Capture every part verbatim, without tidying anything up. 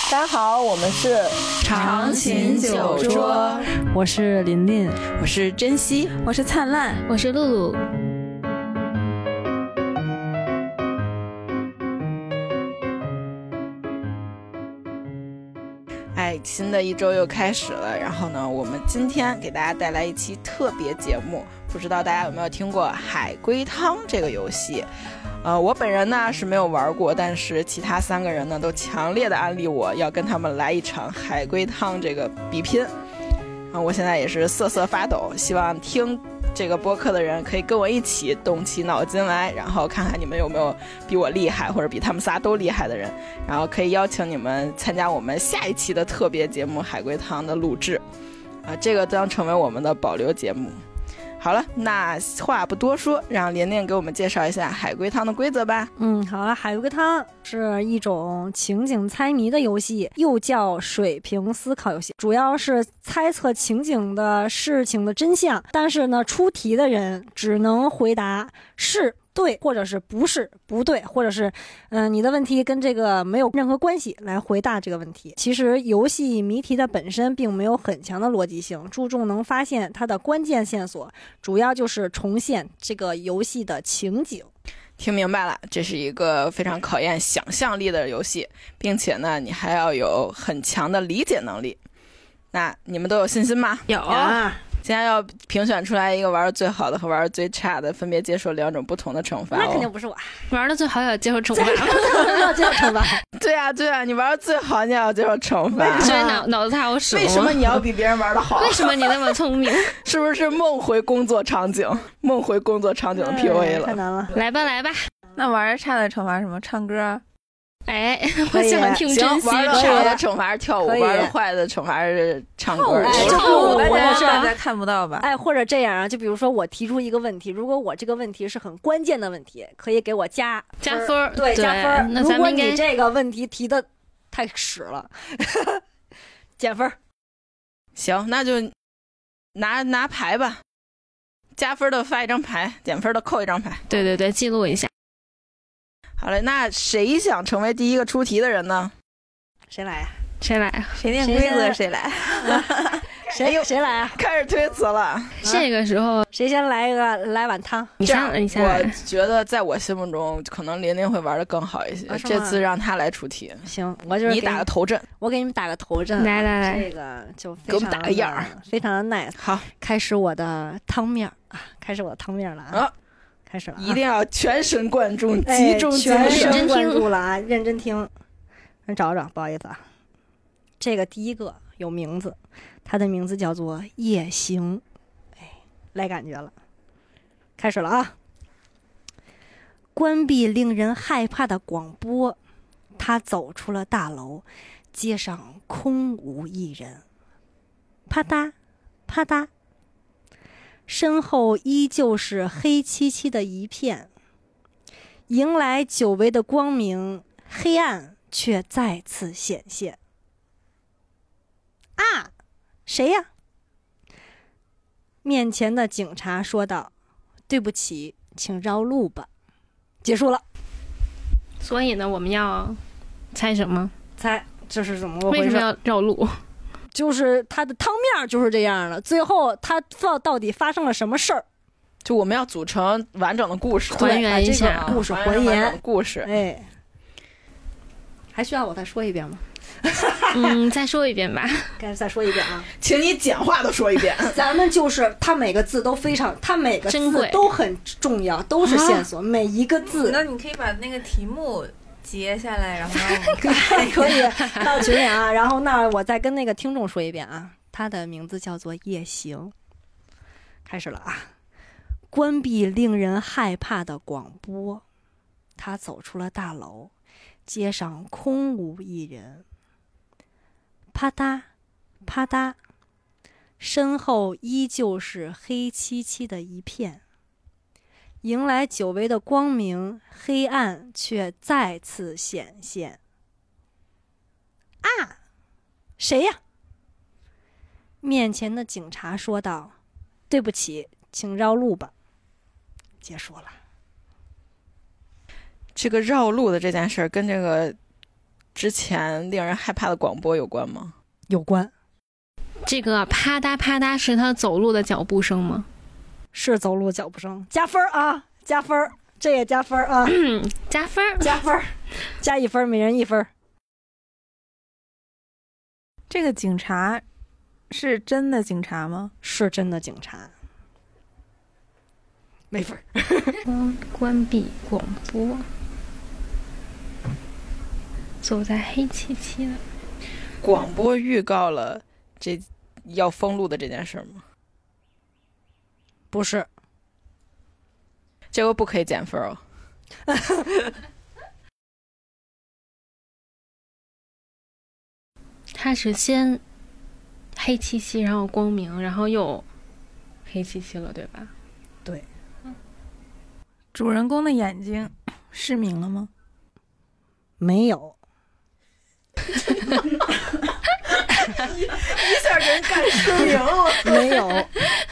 大家好，我们是长琴酒桌， 我是琳琳， 我是珍惜， 我是灿烂， 我是露露。 哎，新的一周又开始了，然后呢，我们今天给大家带来一期特别节目，不知道大家有没有听过海龟汤这个游戏？呃，我本人呢是没有玩过，但是其他三个人呢都强烈的安利我要跟他们来一场海龟汤这个比拼。啊，我现在也是瑟瑟发抖，希望听这个播客的人可以跟我一起动起脑筋来，然后看看你们有没有比我厉害或者比他们仨都厉害的人，然后可以邀请你们参加我们下一期的特别节目海龟汤的录制。啊，这个将成为我们的保留节目。好了，那话不多说，让琳琳给我们介绍一下海龟汤的规则吧。 嗯，好了，海龟汤是一种情景猜谜的游戏，又叫水平思考游戏，主要是猜测情景的事情的真相，但是呢，出题的人只能回答是对，或者是不是不对，或者是嗯、呃，你的问题跟这个没有任何关系来回答这个问题。其实游戏谜题的本身并没有很强的逻辑性，注重能发现它的关键线索，主要就是重现这个游戏的情景。 听明白了，这是一个非常考验想象力的游戏，并且呢，你还要有很强的理解能力。那你们都有信心吗？ 有啊。 现在要评选出来一个玩的最好的和玩的最差的，分别接受两种不同的惩罚、哦。 那肯定不是我， 玩的最好也要接受惩罚。 要接受惩罚。 对啊，对啊，你玩的最好，你也要接受惩罚。 所以脑脑子太好使了。 为什么你要比别人玩的好？ 为什么你那么聪明？ 是不是梦回工作场景？梦回工作场景的 P U A 了， 太难了。 来吧，来吧。 那玩的差的惩罚什么？唱歌。 哎，我喜欢听真心。 玩的差的惩罚是跳舞，玩的坏的惩罚是唱歌。 跳舞大家大家看不到吧？ 哎，或者这样啊，就比如说我提出一个问题，如果我这个问题是很关键的问题，可以给我加加分， 对， 对加分。 那如果你这个问题提的太屎了，减分。 行，那就拿拿牌吧，加分的发一张牌，减分的扣一张牌。 对对对，记录一下。 好嘞，那谁想成为第一个出题的人呢？ 谁来呀、啊？ 谁来啊？ 谁念规则谁来？ 谁谁来啊？ 开始推辞了。 这个时候谁先来一个来碗汤？ 你先，你先来。 我觉得在我心目中，可能琳琳会玩的更好一些。啊、这次让她来出题。 行，我就是你打个头阵， 我给你们打个头阵。 来来来， 这个就非常给我们打个样， 非常的 nice。 好， 开始我的汤面啊，开始我的汤面了啊。啊开始了、啊， 一定要全神贯注，集中精神， 全神贯注了啊！认真听，咱找找，不好意思啊。这个第一个有名字，它的名字叫做夜行，哎，来感觉了。开始了啊！关闭令人害怕的广播，他走出了大楼，街上空无一人。啪嗒，啪嗒。身后依旧是黑漆漆的一片，迎来久违的光明，黑暗却再次显现。啊，谁呀？面前的警察说道：“对不起，请绕路吧。”结束了。 所以呢，我们要猜什么？ 猜这是怎么回事？ 为什么要绕路？ 就是他的汤面就是这样的，最后他到到底发生了什么事儿？ 就我们要组成完整的故事， 还原一下故事，还原故事。 哎，还需要我再说一遍吗？ 嗯，再说一遍吧。 该再说一遍啊， 请你简化的说一遍。 咱们就是他每个字都非常，他每个字都很重要，都是线索，啊、每一个字。 那你可以把那个题目截下来，然后让我们看。 可以到群里啊，然后那我再跟那个听众说一遍啊，他的名字叫做夜行。开始了啊！关闭令人害怕的广播，他走出了大楼，街上空无一人。啪嗒，啪嗒，身后依旧是黑漆漆的一片。迎来久违的光明，黑暗却再次显现。啊，谁呀？面前的警察说道：“对不起，请绕路吧。”结束了。 这个绕路的这件事跟这个之前令人害怕的广播有关吗？ 有关。 这个啪嗒啪嗒是他走路的脚步声吗？ 是走路脚步声，加分啊，加分，这也加分啊， 嗯，加分， 加分，加一分，每人一分。 这个警察是真的警察吗？ 是真的警察，没分。 关关闭广播，走在黑漆漆的。 广播预告了这要封路的这件事吗？ 不是， 这个不可以减分哦。 它是先黑漆漆，然后光明，然后又黑漆漆了，对吧？ 对。 主人公的眼睛失明了吗？ 没有。 一下给人干失明了。 没有。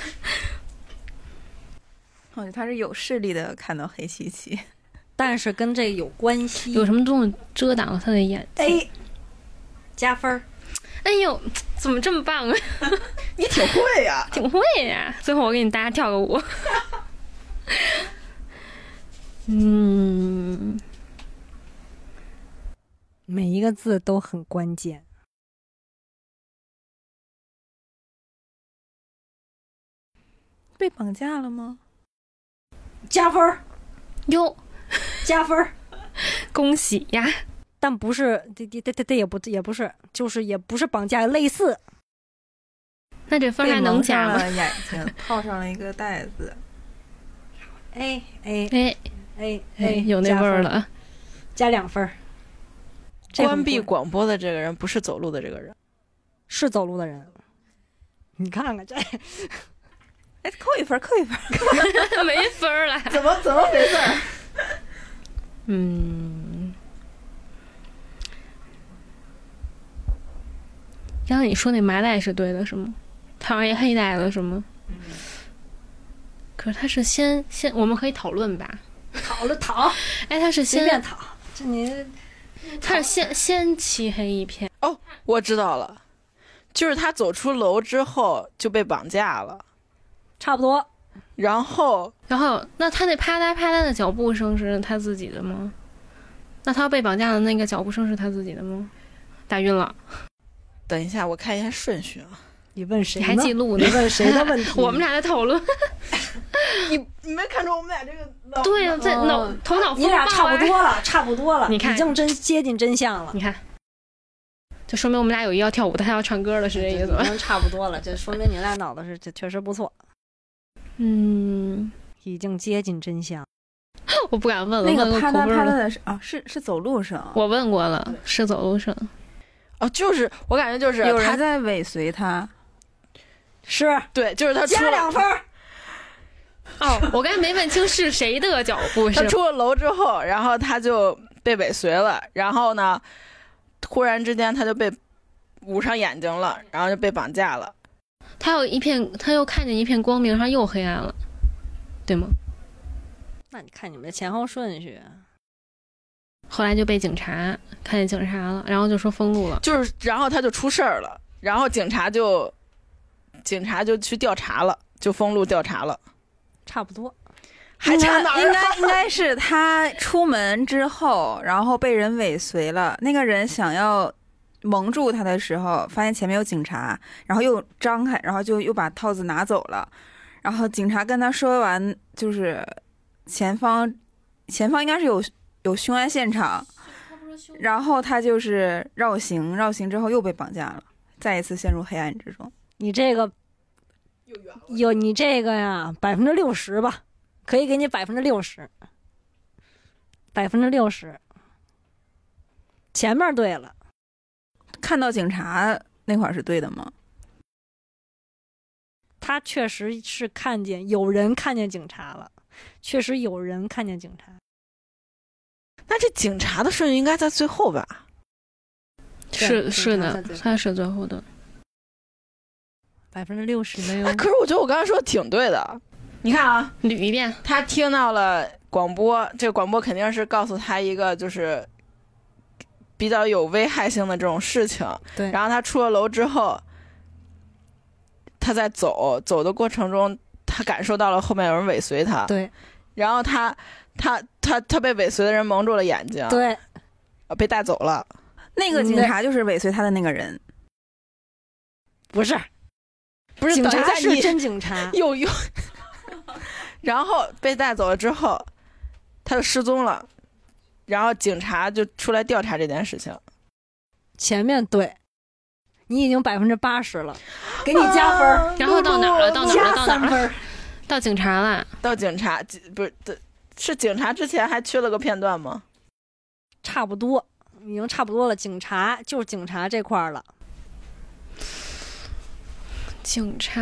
哦，他是有视力的，看到黑漆漆， 但是跟这有关系。 有什么东西遮挡了他的眼睛？ 哎，加分。 哎呦，怎么这么棒啊！ 你挺会呀， 挺会呀！最后我给你大家跳个舞。嗯， 每一个字都很关键。 被绑架了吗？ 加分哟， 加分， 恭喜呀！ 但不是，这这这这也不也不是，就是也不是绑架，类似。 那这分还能加吗？ 被蒙上了眼睛，套上了一个袋子。 哎哎哎哎哎，有那味儿了， 加两分。 关闭广播的这个人不是走路的这个人， 是走路的人。你看看这。 哎，扣一分，扣一分， 没分了， 怎么怎么回事？ 嗯，刚才你说那麻袋是对的，是吗？套上一黑袋子是吗？嗯。可是他是先先，我们可以讨论吧？ 讨论讨。 哎，他是先随便讨，这你。 他是先先漆黑一片。 哦，我知道了，就是他走出楼之后就被绑架了。 差不多， 然后， 然后，那他那啪嗒啪嗒的脚步声是他自己的吗？那他被绑架的那个脚步声是他自己的吗？打晕了。 等一下，我看一下顺序啊。 你问谁？ 你还记录呢？ 你问谁的问题？ 我们俩在讨论。 你你没看出我们俩这个？ 对呀、啊，这脑头脑风暴、啊。 你俩差不多了，差不多了。 你看， 已经真接近真相了。 你看。就说明我们俩有一要跳舞的，他要唱歌的，是这意思吧？ 已经差不多了，这说明你俩脑子是这确实不错。 嗯， 已经接近真相。 我不敢问了。 那个啪嗒啪嗒的是啊，是是走路声。 我问过了，是走路声。 哦，就是我感觉就是有人在尾随他。 是对，就是他加两分。 哦，我刚才没问清是谁的脚步。 他出了楼之后，然后他就被尾随了，然后呢，忽然之间他就被捂上眼睛了，然后就被绑架了。 他有一片，他又看见一片光明，然后又黑暗了，对吗？ 那你看你们的前后顺序。 后来就被警察看见警察了，然后就说封路了， 就是然后他就出事儿了，然后警察就警察就去调查了，就封路调查了， 差不多。 还差哪儿？ 应该应该是他出门之后，然后被人尾随了，那个人想要蒙住他的时候，发现前面有警察，然后又张开，然后就又把套子拿走了。然后警察跟他说完，就是前方前方应该是有有凶案现场，然后他就是绕行，绕行之后又被绑架了，再一次陷入黑暗之中。 你这个有你这个呀，百分之六十吧，可以给你百分之六十，百分之六十。前面对了。 看到警察那会儿是对的吗？ 他确实是看见有人看见警察了，确实有人看见警察。 那这警察的顺序应该在最后吧？ 是是的，他是最后的， 百分之六十的哟。 可是我觉得我刚才说的挺对的。你看啊， 捋一遍， 他听到了广播，这个广播肯定是告诉他一个就是。 比较有危害性的这种事情。 对， 然后他出了楼之后，他在走走的过程中，他感受到了后面有人尾随他。 对， 然后他他他他被尾随的人蒙住了眼睛。 对， 被带走了。 那个警察就是尾随他的那个人。 不是， 不是警察是是真警察。 又又，然后被带走了之后，他就失踪了，然后警察就出来调查这件事情。 前面对，你已经百分之八十了，给你加分、啊。 然后到哪儿了？到哪儿了？到哪儿了？到警察了。 到警察不是是警察之前还缺了个片段吗？ 差不多，已经差不多了。警察就是警察这块了。 警察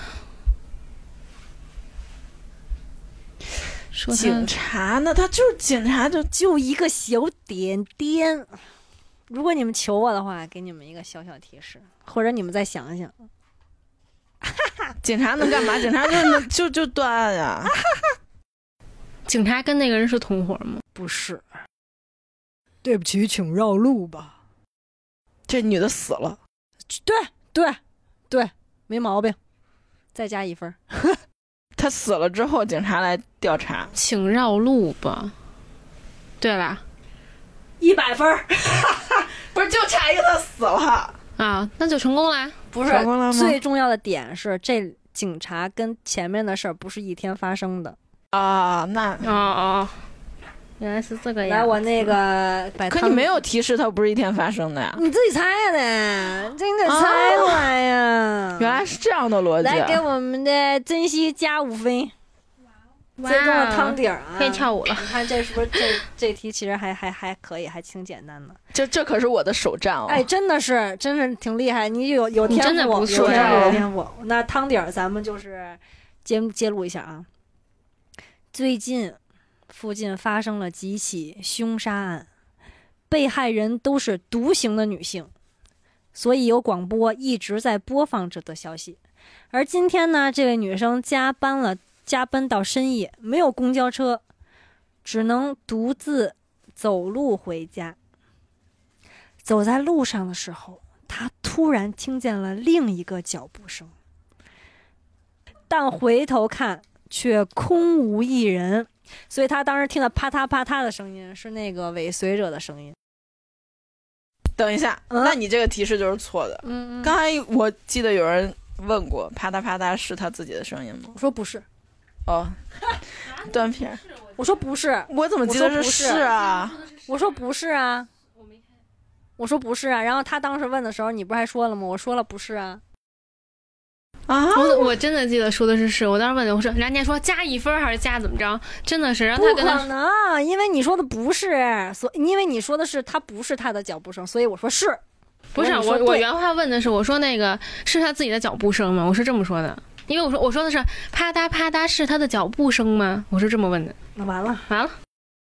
说警察呢？他就是警察就， 就就一个小点点。如果你们求我的话，给你们一个小小提示，或者你们再想想。 警察能干嘛？警察就能就就断案呀。 警察跟那个人是同伙吗？ 不是。对不起，请绕路吧。 这女的死了。 对对对，没毛病。再加一分。 她死了之后，警察来调查。 请绕路吧。对了， 一百分。 不是，就差一个她死了啊，那就成功了。 不是，最重要的点是，这警察跟前面的事儿不是一天发生的啊。那哦哦。原来是这个样。 来，我那个， 可你没有提示，它不是一天发生的呀？ 你自己猜的，这你得猜出来呀、啊。 原来是这样的逻辑。 来，给我们的珍惜加五分。最终的汤底儿啊， 可以跳舞了。 你看这是不是这这题其实还还还可以，还挺简单的。 这这可是我的首战哦！ 哎，真的是，真是挺厉害。你有有天赋， 真的不有天赋，有天赋。那汤底儿咱们就是揭揭露一下啊。最近。附近发生了几起凶杀案，被害人都是独行的女性，所以有广播一直在播放着的消息。而今天呢，这位女生加班了，加班到深夜，没有公交车，只能独自走路回家。走在路上的时候，她突然听见了另一个脚步声，但回头看却空无一人。所以他当时听到啪嗒啪嗒的声音，是那个尾随者的声音。 等一下，嗯、那你这个提示就是错的。 嗯， 刚才我记得有人问过，啪嗒啪嗒是他自己的声音吗？ 我说不是。 哦，断片。 我说不是。 我怎么记得是是啊？ 我说不是啊。我说不是啊。然后他当时问的时候，你不是还说了吗？我说了不是啊。 啊！ 我我真的记得说的是是，我当时问你，我说人家说加一分还是加怎么着？真的是让他跟他不可能，因为你说的不是，所因为你说的是他不是他的脚步声，所以我说是。 不是我我原话问的是，我说那个是他自己的脚步声吗？我是这么说的，因为我说我说的是啪嗒啪嗒是他的脚步声吗？我是这么问的。 那完了， 完了。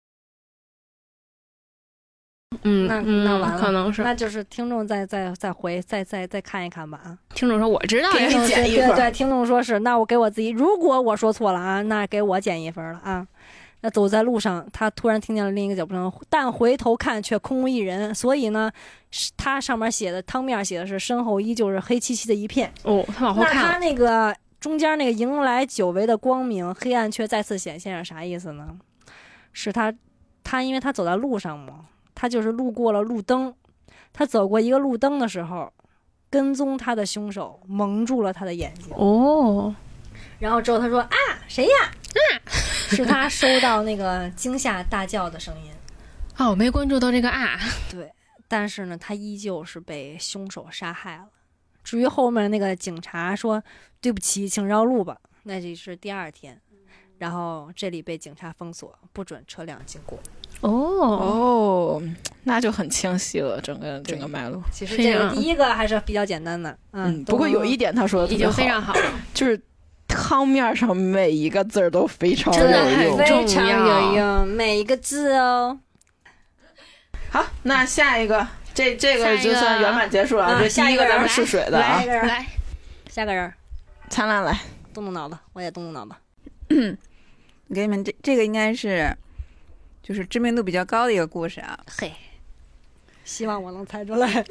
嗯， 那那完了， 可能是， 那就是听众再再再回再再再看一看吧啊！ 听众说我知道， 给你减一分。 对对，听众说是，那我给我自己，如果我说错了啊，那给我减一分了啊。那走在路上，他突然听见了另一个脚步声，但回头看却空无一人，所以呢，他上面写的汤面写的是身后依旧是黑漆漆的一片。 哦，他往后看。 那他那个中间那个迎来久违的光明，黑暗却再次显现，是啥意思呢？是他他因为他走在路上嘛。他就是路过了路灯，他走过一个路灯的时候，跟踪他的凶手蒙住了他的眼睛。 哦， 然后之后他说啊，谁呀？啊，是他收到那个惊吓大叫的声音。 哦，我没关注到这个啊。 对，但是呢，他依旧是被凶手杀害了。至于后面那个警察说对不起，请绕路吧，那就是第二天。然后这里被警察封锁，不准车辆经过。 哦哦，那就很清晰了，整个整个脉络。 其实这个第一个还是比较简单的，嗯， 不过有一点他说的已经非常好， 就是汤面上每一个字都非常有用， 非常有用，每一个字哦。 好，那下一个，这这个就算圆满结束了。这第一个咱们试水的啊， 来，下个人， 灿烂来， 动动脑子，我也动动脑子。 我给你们这这个应该是就是知名度比较高的一个故事啊。 嘿， 希望我能猜出来。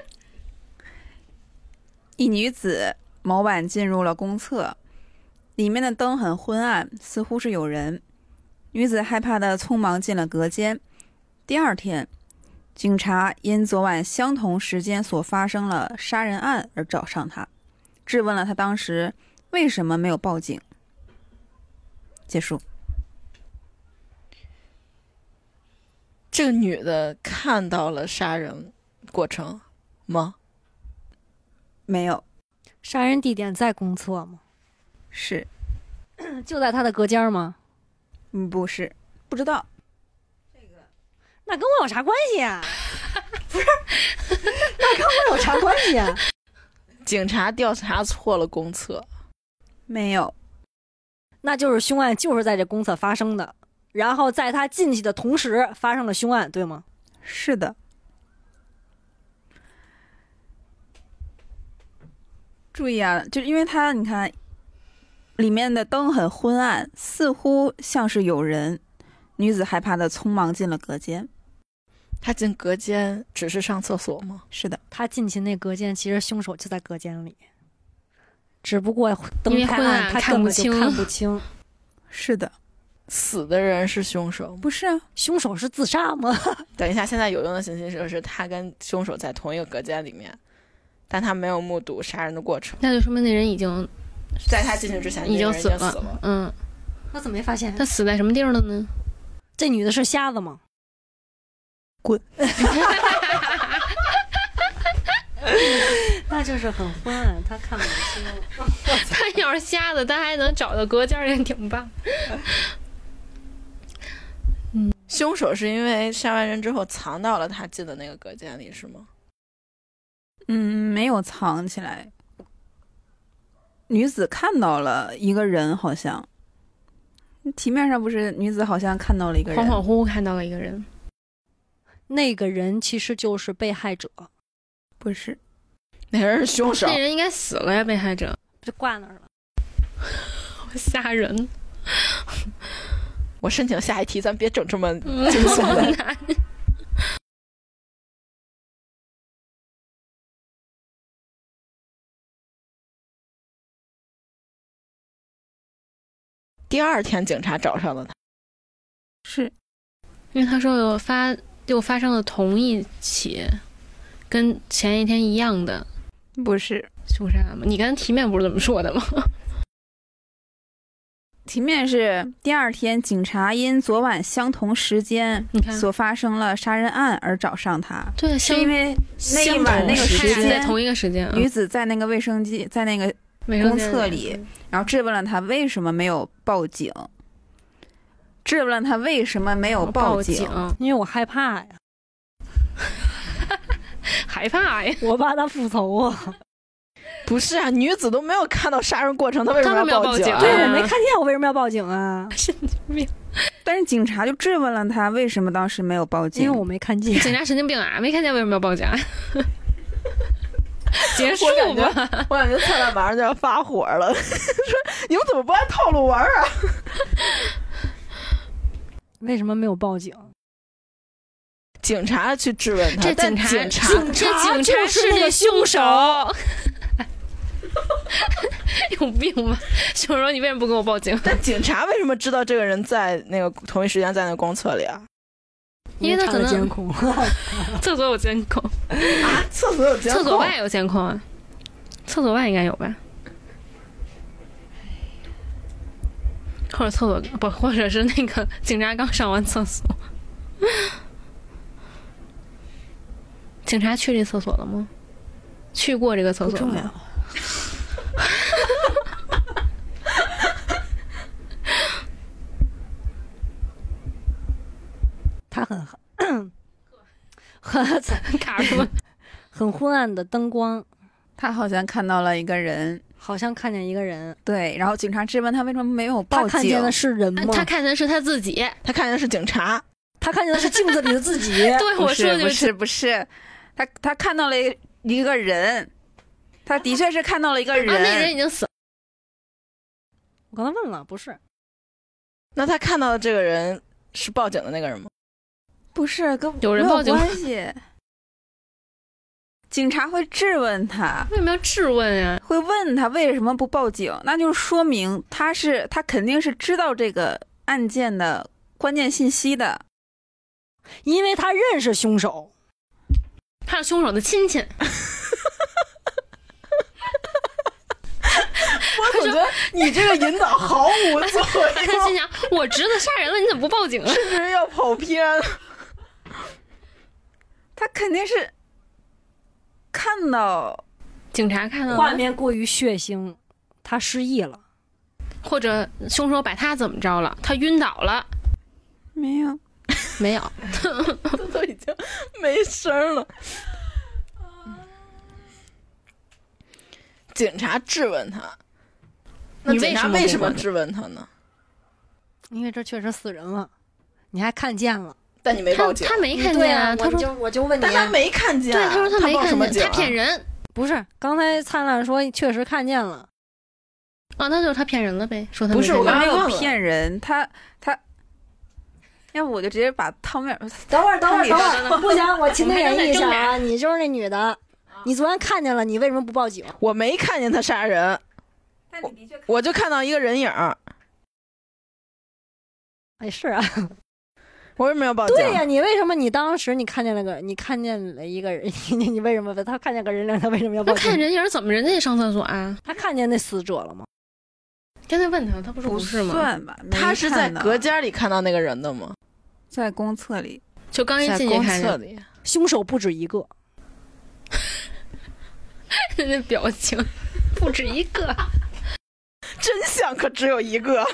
一女子某晚进入了公厕，里面的灯很昏暗，似乎是有人。女子害怕的匆忙进了隔间。第二天，警察因昨晚相同时间所发生了杀人案而找上她，质问了她当时为什么没有报警。结束。 这个女的看到了杀人过程吗？ 没有。 杀人地点在公厕吗？ 是。 就在他的隔间吗？ 嗯，不是，不知道。 那跟我有啥关系啊？不是，那跟我有啥关系啊？ 警察调查错了公厕。 没有。 那就是凶案就是在这公厕发生的，然后在他进去的同时发生了凶案，对吗？ 是的。注意啊，就是因为他你看里面的灯很昏暗，似乎像是有人。女子害怕的匆忙进了隔间。 她进隔间只是上厕所吗？ 是的。 他进去那隔间，其实凶手就在隔间里，只不过灯因为昏太暗， 暗他根本就看不清。 是的。 死的人是凶手？ 不是啊。 凶手是自杀吗？ 等一下，现在有用的信息就是他跟凶手在同一个隔间里面，但他没有目睹杀人的过程。 那就说明那人已经在他进去之前已经死了, 死了。 嗯， 他怎么没发现？ 他死在什么地儿了呢？ 这女的是瞎子吗？ 滚！ 那就是很昏暗，他看不清。 他要是瞎子，他还能找到隔间，也挺棒。 嗯，凶手是因为杀完人之后藏到了他进的那个隔间里，是吗？ 嗯，没有藏起来。女子看到了一个人，好像题面上不是女子好像看到了一个人， 恍恍惚惚看到了一个人。 那个人其实就是被害者。 不是， 那人是凶手。 那人应该死了呀，被害者就挂那儿了。 好吓人。 我申请下一题，咱别整这么惊悚的。第二天警察找上了他。 是因为他说有发又发生了同一起跟前一天一样的。 不是凶杀吗？你刚才题面不是这么说的吗？ 题面是第二天警察因昨晚相同时间所发生了杀人案而找上他。 对， 是因为那一晚那个时间在同一个时间， 女子在那个卫生间在那个公厕里，然后质问了他为什么没有报警，质问了他为什么没有报警， 因为我害怕呀。 害怕呀！ 我怕他复仇啊！ 不是啊，女子都没有看到杀人过程，她为什么要报警、啊？ 对，我没看见，我为什么要报警啊？ 神经病！ 但是警察就质问了他为什么当时没有报警， 因为我没看见。 警察神经病啊！没看见为什么要报警？结束吧！ 我感觉蔡澜马上就要发火了，说你们怎么不按套路玩啊？ 为什么没有报警？ 警察去质问他， 这警察， 警察， 这警察是那个凶手。有病吧？凶手说你为什么不跟我报警？ 但警察为什么知道这个人在那个同一时间在那个公厕里啊？ 因为他可能监控， 厕所有监控啊，厕所有监控， 厕所外有监控啊，厕所外应该有吧？或者厕所不，或者是那个警察刚上完厕所。警察去这厕所了吗？去过这个厕所吗？ 他很很卡住， 很昏暗的灯光， 他好像看到了一个人， 好像看见一个人。 对，然后警察质问他为什么没有报警？ 他看见的是人吗？ 他看见的是他自己， 他看见的是警察， 他看见的是镜子里的自己。 对，我说的不是不是，他他看到了一个人，他的确是看到了一个人， 啊、那人已经死了。 我刚才问了，不是。 那他看到的这个人是报警的那个人吗？ 不是，跟有人报警关系。 警察会质问他， 为什么要质问呀？ 会问他为什么不报警，那就说明他是他肯定是知道这个案件的关键信息的， 因为他认识凶手， 他是凶手的亲戚。 我总觉得你这个引导毫无作用。 他心想：我侄子杀人了，你怎么不报警啊？ 是不是要跑偏？ 他肯定是看到警察看到画面过于血腥，他失忆了， 或者凶手把他怎么着了？他晕倒了？ 没有， 没有， 都已经没声了。警察质问他，那警察为什么质问他呢？ 因为这确实死人了，你还看见了， 但你没报警。 他, 他没看见啊，他说我就问你， 但他没看见、 对， 啊。 他说他没看见， 他他骗人。 不是，刚才灿烂说确实看见了， 啊，那就是他骗人了呗。说他不是，我没有骗人，他他，要不我就直接把汤面。 等会儿，等会儿，等会儿，不行，我亲自演绎一下啊！你就是那女的，你昨天看见了，你为什么不报警？ 我没看见他杀人，我我就看到一个人影。 哎，是啊。 我为什么要报警？ 对呀、啊，你为什么你当时你看见了个你看见了一个人，你你为什么他看见个人影，他为什么要报警？ 他看人影怎么人家也上厕所啊？ 他看见那死者了吗？ 刚才问他，他不说不是吗？ 算吧， 他是在隔间里看到那个人的吗？ 在公厕里， 就刚一进去看见里， 凶手不止一个。 那表情不止一个， 真相可只有一个。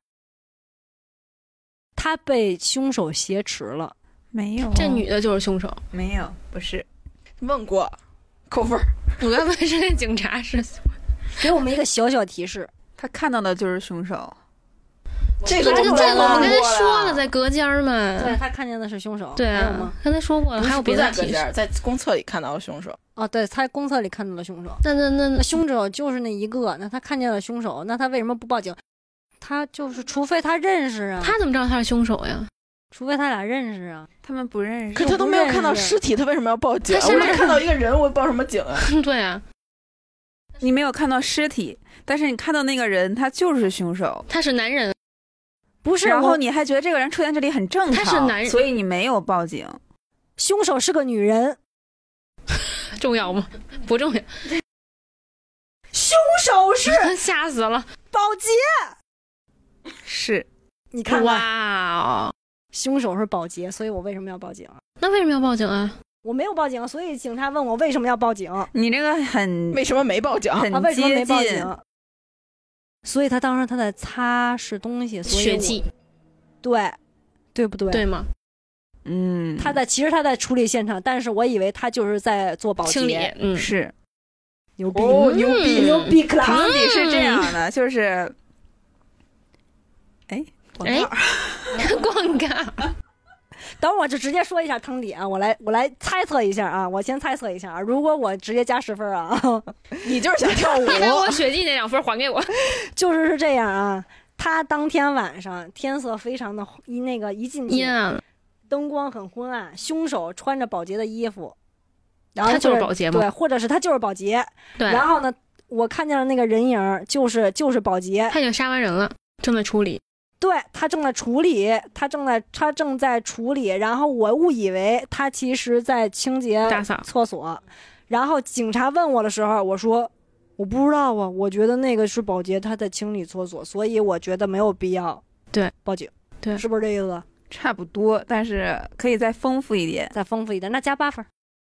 他被凶手挟持了， 没有。 这女的就是凶手， 没有，不是。 问过，扣分。 我刚问是那警察是， 给我们一个小小提示， 他看到的就是凶手。 这个这个这个我们刚才说了， 在隔间嘛。 对，他看见的是凶手。 对啊，刚才说过了，还有别的提示， 在公厕里看到了凶手。 哦，对，他在公厕里看到了凶手。 那那那那凶手就是那一个，那他看见了凶手，那他为什么不报警？他就是，除非他认识啊。 他怎么知道他是凶手呀？ 除非他俩认识啊。 他们不认识。 可他都没有看到尸体，他为什么要报警？我没看到一个人，我报什么警啊？ 对啊， 你没有看到尸体，但是你看到那个人，他就是凶手。 他是男人， 不是？ 然后你还觉得这个人出现这里很正常， 他是男人， 所以你没有报警。 凶手是个女人， 重要吗？不重要。 凶手是吓死了， 保洁。 是， 你看看， 哇哦， 凶手是保洁，所以我为什么要报警？ 那为什么要报警啊？ 我没有报警，所以警察问我为什么要报警。 你这个很为什么没报警？ 很啊，为什么没报接近警？所以他当时他在擦拭东西，所以血迹， 对，对不对？ 对吗？ 嗯， 他在其实他在处理现场，但是我以为他就是在做保洁。 清理，嗯， 是牛逼， 哦，牛逼， 牛逼 class。 汤底是这样的，就是。哎， 哎，广告。 等会儿我就直接说一下汤底啊，我来我来猜测一下啊，我先猜测一下啊，如果我直接加十分啊， 你就是想跳舞， 你把我血迹那两分还给我。 就是是这样啊，他当天晚上天色非常的一那个一进去阴暗， 灯光很昏暗，凶手穿着保洁的衣服，然后、 他就是保洁吗？ 对，或者是他就是保洁。 对， 然后呢，我看见了那个人影，就是就是保洁， 他已经杀完人了，正在处理。 对，他正在处理，他正在他正在处理，然后我误以为他其实在清洁打扫厕所，然后警察问我的时候，我说我不知道啊，我觉得那个是保洁，他在清理厕所，所以我觉得没有必要对报警， 对， 是不是这意思？ 差不多，但是可以再丰富一点， 再丰富一点，那加八分。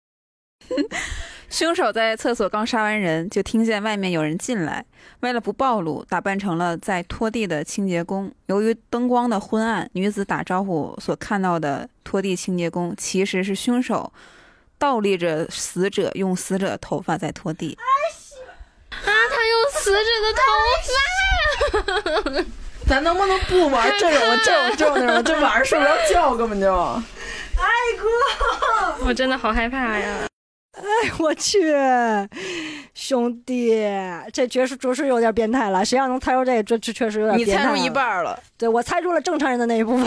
凶手在厕所刚杀完人，就听见外面有人进来。为了不暴露，打扮成了在拖地的清洁工。由于灯光的昏暗，女子打招呼所看到的拖地清洁工其实是凶手，倒立着死者，用死者的头发在拖地。 啊，他用死者的头发！ 咱能不能不玩这种这种这种那种？这晚上睡不着觉，根本就。 哎哥， 我真的好害怕呀！ 哎，我去，兄弟，这确实着实有点变态了。谁要能猜出这个，这这确实有点变态。 你猜出一半了， 对我猜出了正常人的那一部分。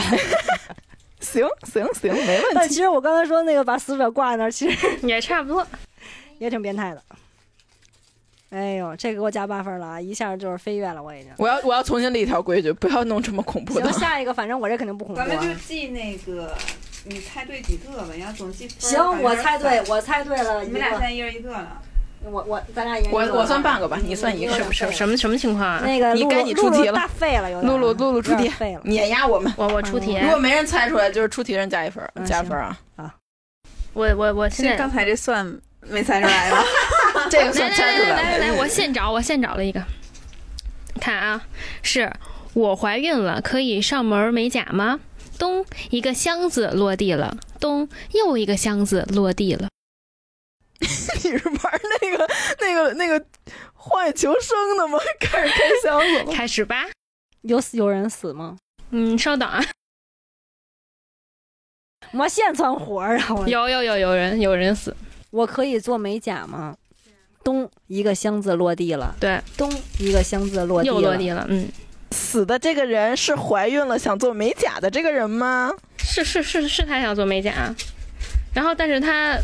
行行行，没问题。 但其实我刚才说那个把死者挂在那儿，其实也差不多。 也挺变态的。哎呦，这个给我加八分了啊！一下就是飞跃了，我已经。 我要我要重新立一条规矩，不要弄这么恐怖的。 行，下一个，反正我这肯定不恐怖、啊。 咱们就记那个，你猜对几个吧，你要总记分。 行，我猜对，我猜对了。 你们俩现在一人一个了。 我我咱俩一人一个。 我我算半个吧，你算一个。 什么什什么什么情况啊？ 那个你该你出题了， 大废了，有点。 露露露露出题， 废了， 碾压我们。 我我出题。 如果没人猜出来，就是出题人加一分， 嗯、 加分啊啊！ 我我我现在刚才这算没猜出来吗？ 这个算猜出来了。 来来来来，我现找，我现找了一个。看啊，是我怀孕了，可以上门美甲吗？咚，一个箱子落地了。咚，又一个箱子落地了。 你是玩那个那个那个荒野求生的吗？开始开箱子了。 开始吧。 有死有人死吗？ 嗯，稍等啊。 我现窜火，然后有有有有人有人死。 我可以做美甲吗？咚，一个箱子落地了。 对， 咚，一个箱子落地了， 又落地了。嗯， 死的这个人是怀孕了想做美甲的这个人吗？ 是是是是他想做美甲，然后但是他，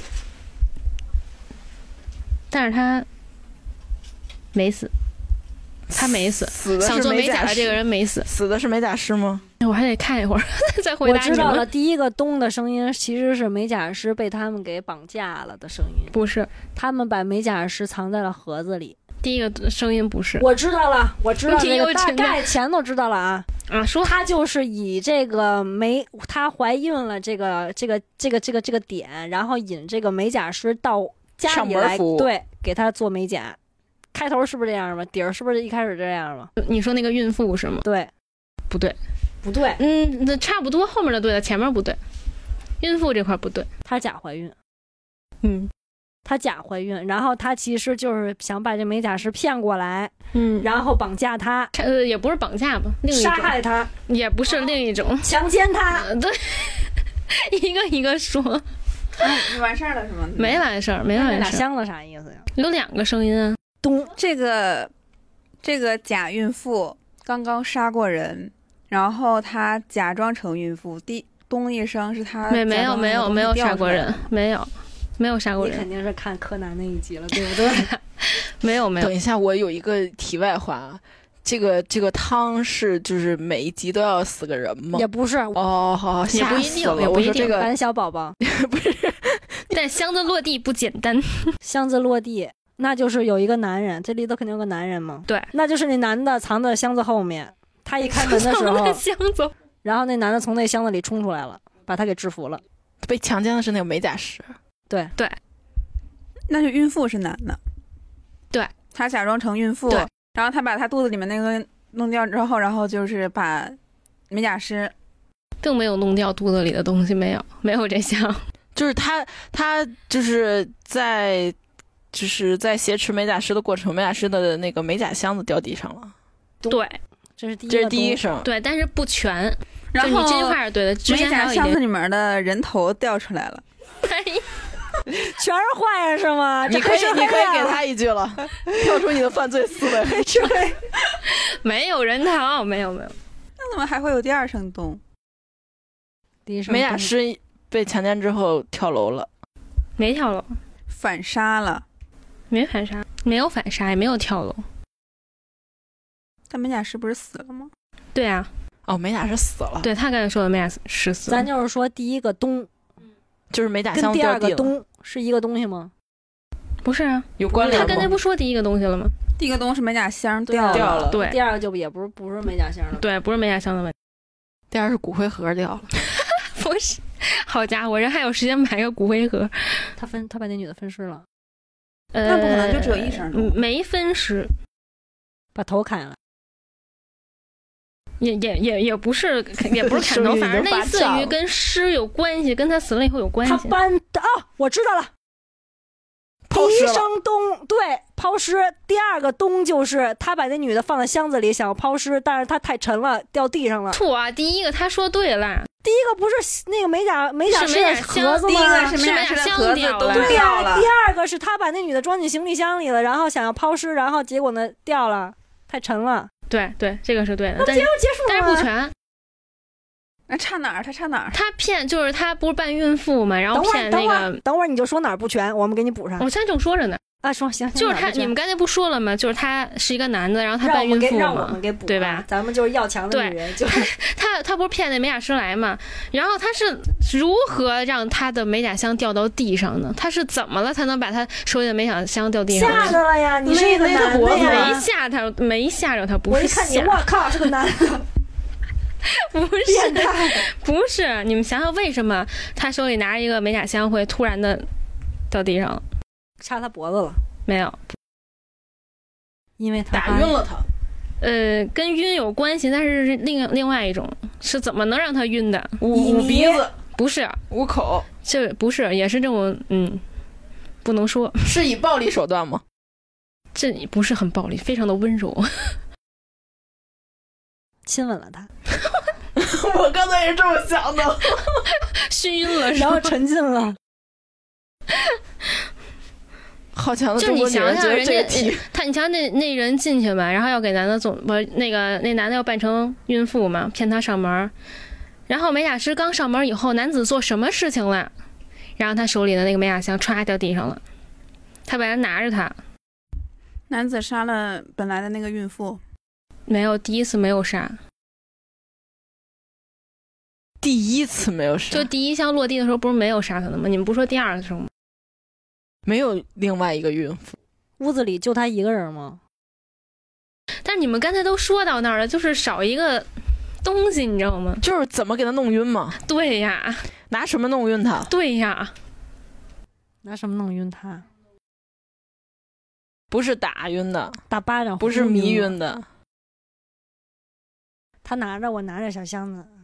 但是他没死，他没死， 死的想做美甲甲的这个人没死， 死的是美甲师吗？ 我还得看一会儿再回答你。 我知道了，第一个咚的声音其实是美甲师被他们给绑架了的声音。 不是， 他们把美甲师藏在了盒子里。 第一个声音不是。 我知道了，我知道这个大概前头知道了啊。 啊，说他就是以这个美，她怀孕了这个这个这个这个这个点，然后引这个美甲师到家里来，对，给她做美甲。开头是不是这样吗？底儿是不是一开始这样吗？ 你说那个孕妇是吗？ 对， 不对。 不对， 嗯，那差不多，后面的对了，前面不对，孕妇这块不对， 她假怀孕， 嗯， 她假怀孕，然后她其实就是想把这美甲师骗过来， 嗯， 然后绑架她， 呃，也不是绑架吧，另一种杀害她， 也不是另一种强奸她， 呃、对，一个一个说， 你完事儿了是吗？ 没完事儿，没完事儿。 俩箱子啥意思呀？ 有两个声音啊， 咚， 这个这个假孕妇刚刚杀过人。然后她假装成孕妇，滴咚一声是她没没有没有没有杀过人，没有没有杀过人。 你肯定是看柯南那一集了，对不对？ 没有没有。 等一下，我有一个题外话，这个这个汤是就是每一集都要死个人吗？ 也不是哦，好， 也不一定，也不一定。 这个胆小宝宝不是， 但箱子落地不简单。 箱子落地，那就是有一个男人，这里头肯定有个男人嘛。 对， 那就是那男的藏在箱子后面。他一开门的时候， 箱子， 然后那男的从那箱子里冲出来了，把他给制服了。 被强奸的是那个美甲师。 对对， 那是孕妇是男的。 对， 他假装成孕妇，然后他把他肚子里面那个弄掉之后，然后就是把美甲师， 并没有弄掉肚子里的东西，没有，没有这项。 就是他，他就是在，就是在挟持美甲师的过程，美甲师的那个美甲箱子掉地上了。 对， 这是第一， 这是第一声。 对，但是不全。 然后你这句话是对的。 美甲箱子里面的人头掉出来了， 全是坏人是吗？ 你可以，你可以给他一句了，跳出你的犯罪思维。 对， 没有人头，没有没有。 那怎么还会有第二声咚？ 第一声美甲师被强奸之后跳楼了， 没跳楼， 反杀了， 没反杀，没有反杀，也没有跳楼。 但美甲师不是死了吗？ 对啊， 哦，美甲师死了。 对他刚才说的美甲师死了。 咱就是说第一个咚， 就是美甲箱跟第二个咚是一个东西吗？ 不是啊， 有关联吗？ 他刚才不说第一个东西了吗？ 第一个东西是美甲箱掉了，掉了。 对， 第二个就也不是不是美甲箱了。 对，不是美甲箱的问题。 第二是骨灰盒掉了。 不是，好家伙，人还有时间买个骨灰盒。 他分他把那女的分尸了。 呃， 那不可能就只有一声咚。 没分尸， 把头砍了。 也也也也不是，也不是砍头，反正类似于跟尸有关系，跟他死了以后有关系。 他搬的哦，我知道了。第一声咚，对，抛尸。第二个咚就是他把那女的放在箱子里，想要抛尸，但是他太沉了，掉地上了。 错啊！第一个他说对了， 第一个不是那个美甲美甲师的盒子吗？ 第一个是美甲师的盒子都对掉了。 第二个是他把那女的装进行李箱里了，然后想要抛尸，然后结果呢掉了，太沉了。 对对，这个是对的。 那结束结束了， 但是不全。 那差哪儿？他差哪儿？ 他骗就是他不是扮孕妇嘛，然后等会儿， 骗那等会儿， 个。 等会儿你就说哪儿不全，我们给你补上。 我现在正说着呢。 啊，说行， 就是他，你们刚才不说了吗？就是他是一个男的，然后他扮孕妇让我嘛， 们给补， 对吧？ 咱们就是要强的女人，就是他他不是骗那美甲师来嘛？然后他是如何让他的美甲箱掉到地上呢？他是怎么了才能把他手里的美甲箱掉地上？ 吓着了呀！你是一个男的呀， 没吓他，没吓着他，不是。 我一看你，我靠，是个男的。 不是变态，不是，你们想想为什么他手里拿着一个美甲箱会突然的掉地上了？ 插他脖子了？ 没有， 因为他打晕了他。 呃，跟晕有关系，但是另另外一种是怎么能让他晕的？ 捂捂鼻子， 不是捂口， 这不是，也是这种，嗯，不能说是以暴力手段吗？ 这不是很暴力，非常的温柔。 亲吻了他。 我刚才也是这么想的。 熏晕了， 然后沉浸了。 好强的就中国女人， 你想想，人家题他，你想那那人进去吧，然后要给男的总不那个那男的要扮成孕妇嘛，骗他上门。然后美甲师刚上门以后，男子做什么事情了？然后他手里的那个美甲箱歘掉地上了，他本来拿着他。 男子杀了本来的那个孕妇。 没有，第一次没有杀， 第一次没有杀， 就第一箱落地的时候不是没有杀他的吗？你们不说第二次吗？ 没有另外一个孕妇， 屋子里就他一个人吗？ 但是你们刚才都说到那儿了，就是少一个东西，你知道吗？ 就是怎么给他弄晕嘛？ 对呀， 拿什么弄晕他？ 对呀， 拿什么弄晕他？ 不是打晕的， 打巴掌， 不是迷晕的。 他拿着，我拿着小箱子，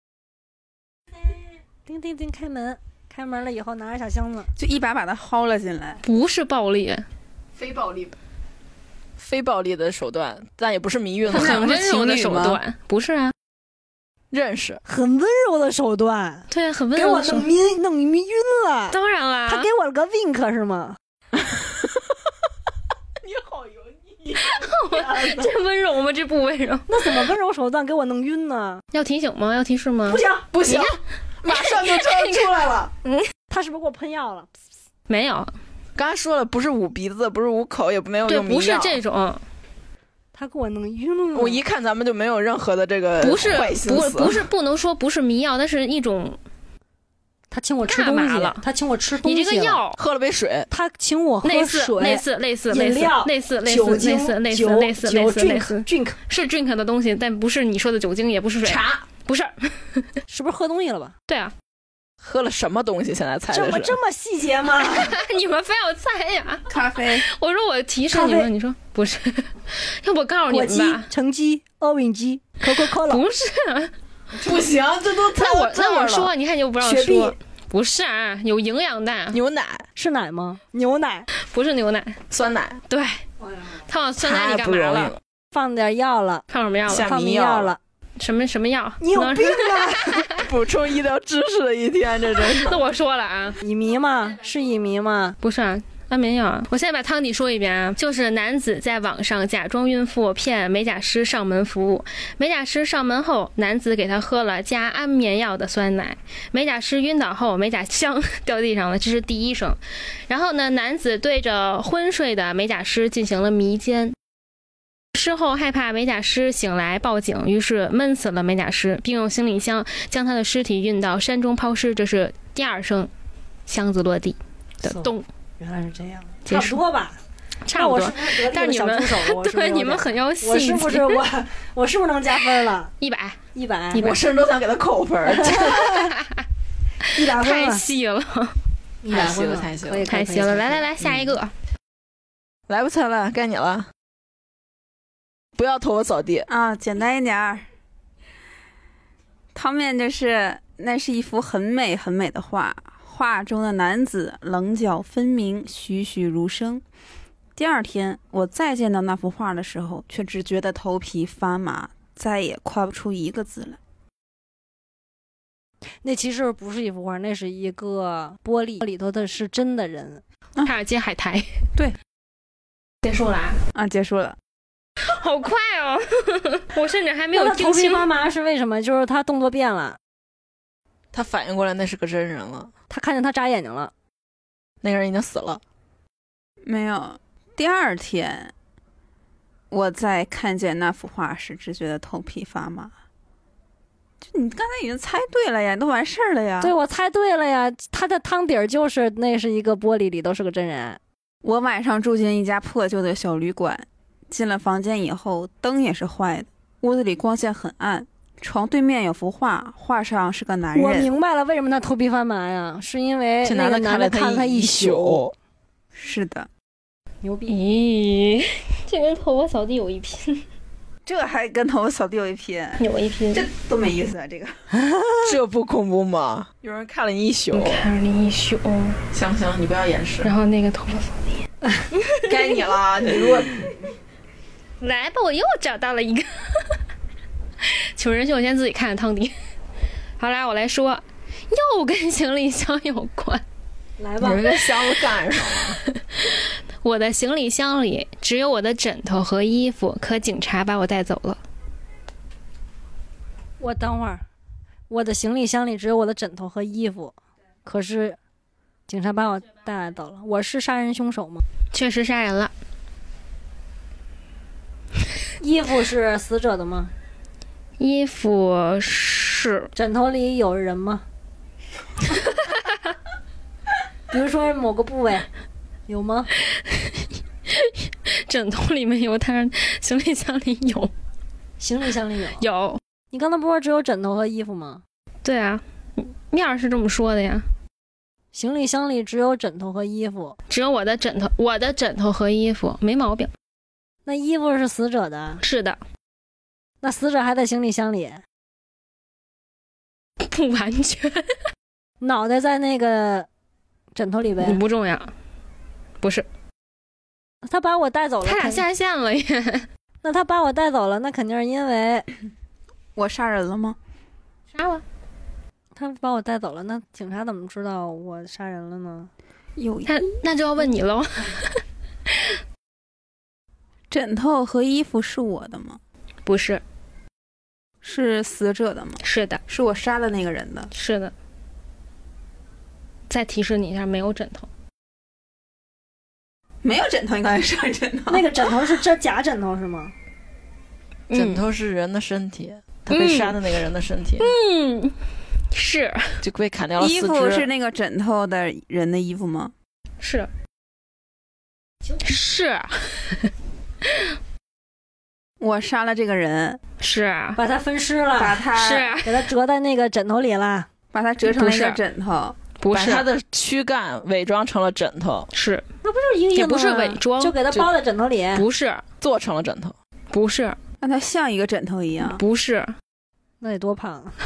叮叮叮，开门，开门了以后拿着小箱子， 就一把把他薅了进来。 不是暴力， 非暴力，非暴力的手段，但也不是迷晕的， 很温柔的手段，不是啊？ 认识， 很温柔的手段， 对啊，很温柔的手段， 给我弄晕，弄晕了。 当然啦， 他给我了个 wink 是吗？ 你好油腻， 这温柔吗？这不温柔。 那怎么温柔手段给我弄晕呢？ 要提醒吗？要提示吗？ 不行不行，马上就出来了。 嗯， 他是不是给我喷药了？ 没有， 刚才说了，不是捂鼻子，不是捂口，也没有对， 用迷药， 不是这种。 他给我弄晕了。 我一看咱们就没有任何的这个不是坏心思， 不不是不能说不是迷药，但是一种。 他请我吃东西了，他请我吃东西。 你这个药喝了杯水， 他请我喝水， 类似类似饮料， 类似类似类似类似类似类似类似类似 drink 是 drink 的东西，但不是你说的酒精，也不是水， 茶不是， 是不是喝东西了吧？ 对啊， 喝了什么东西？现在猜的是这么这么细节吗？ 你们非要猜呀？ 咖啡。 我说我提示你们，你说不是？要不我告诉你们吧？ 橙鸡、奥运鸡、可口可乐， 不是， 不行，这都猜那我这儿了那我说，你看你就不让雪碧说。不是啊，有营养的牛奶是奶吗？牛奶不是牛奶， 酸奶。 对，他往酸奶里干嘛了？ 了放点药了， 放什么药了？ 放迷药了。 什么什么药？ 你有病啊！ 补充医疗知识的一天，这真是。 那我说了啊， 乙醚吗？是乙醚吗？ 不是啊。安眠药。我现在把汤底说一遍啊，就是男子在网上假装孕妇骗美甲师上门服务，美甲师上门后，男子给他喝了加安眠药的酸奶，美甲师晕倒后，美甲箱掉地上了，这是第一声。然后呢，男子对着昏睡的美甲师进行了迷奸。事后害怕美甲师醒来报警，于是闷死了美甲师，并用行李箱将他的尸体运到山中抛尸。这是第二声箱子落地的咚。 原来是这样，差不多吧， 差不多。但是你们对你们很要细节， 我是不是我我是不是能加分了？ 一百一百， 我甚至都想给他扣分。 一百分太细了， 太细了，太细了， 太细了。来来来，下一个， 来不及了，该你了。不要拖我扫地啊，简单一点儿。汤面就是那是一幅很美很美的画。画中的男子棱角分明，栩栩如生。第二天我再见到那幅画的时候，却只觉得头皮发麻，再也夸不出一个字来。 那其实不是一幅画，那是一个玻璃，里头的是真的人。 卡尔街海苔。 对， 结束了啊！ 啊，结束了。 好快哦！我甚至还没有听清。头皮发麻是为什么？就是他动作变了。 他反应过来那是个真人了， 他看见他眨眼睛了， 那个人已经死了。 没有。第二天，我在看见那幅画时，只觉得头皮发麻。就你刚才已经猜对了呀，都完事儿了呀。 对，我猜对了呀，他的汤底儿就是那是一个玻璃，里都是个真人。 我晚上住进一家破旧的小旅馆，进了房间以后，灯也是坏的，屋子里光线很暗。床对面有幅画，画上是个男人。 我明白了，为什么他头皮发麻呀？是因为那个男的看他一宿。 是的， 牛逼！ 咦，这跟头发扫地有一拼， 这还跟头发扫地有一拼， 有一拼， 这多没意思啊！这个这不恐怖吗？有人看了你一宿， 看了你一宿。 行行，你不要掩饰。 然后那个头发扫地， 该你了，你如果来吧，我又找到了一个。请仁秀先自己看看汤底。好啦，我来说，又跟行李箱有关。 来吧， 你这箱子干什么？ 我的行李箱里只有我的枕头和衣服，可警察把我带走了。 我等会儿，我的行李箱里只有我的枕头和衣服，可是警察把我带来走了。我是杀人凶手吗？ 确实杀人了。 衣服是死者的吗？ 衣服是。 枕头里有人吗？比如说某个部位有吗？ 枕头里面有，但是行李箱里有。 行李箱里有。 有。 你刚才不是只有枕头和衣服吗？ 对啊，面儿是这么说的呀。 行李箱里只有枕头和衣服， 只有我的枕头，我的枕头和衣服，没毛病。 那衣服是死者的？ 是的。 那死者还在行李箱里？ 不完全。 脑袋在那个枕头里呗？ 不重要。不是。 他把我带走了。 他俩下线了耶。 那他把我带走了，那肯定是因为我杀人了吗？ 杀了。 他把我带走了，那警察怎么知道我杀人了呢？ 有那那就要问你喽。 枕头和衣服是我的吗？ 不是。 是死者的吗？ 是的。 是我杀的那个人的？ 是的。再提示你一下，没有枕头。 没有枕头，你刚才说枕头。 那个枕头是这假枕头是吗？ 嗯、枕头是人的身体，他被杀的那个人的身体。 嗯，是。 就被砍掉了四肢。 衣服是那个枕头的人的衣服吗？ 是。是。 我杀了这个人。 是。 把他分尸了。 把他是给他折在那个枕头里了。 把他折成了一个枕头。 不是。 把他的躯干伪装成了枕头。 是。 那不就是一个意思吗？ 也不是伪装， 就给他包在枕头里。 不是。 做成了枕头。 不是。 让他像一个枕头一样。 不是。 那得多胖啊！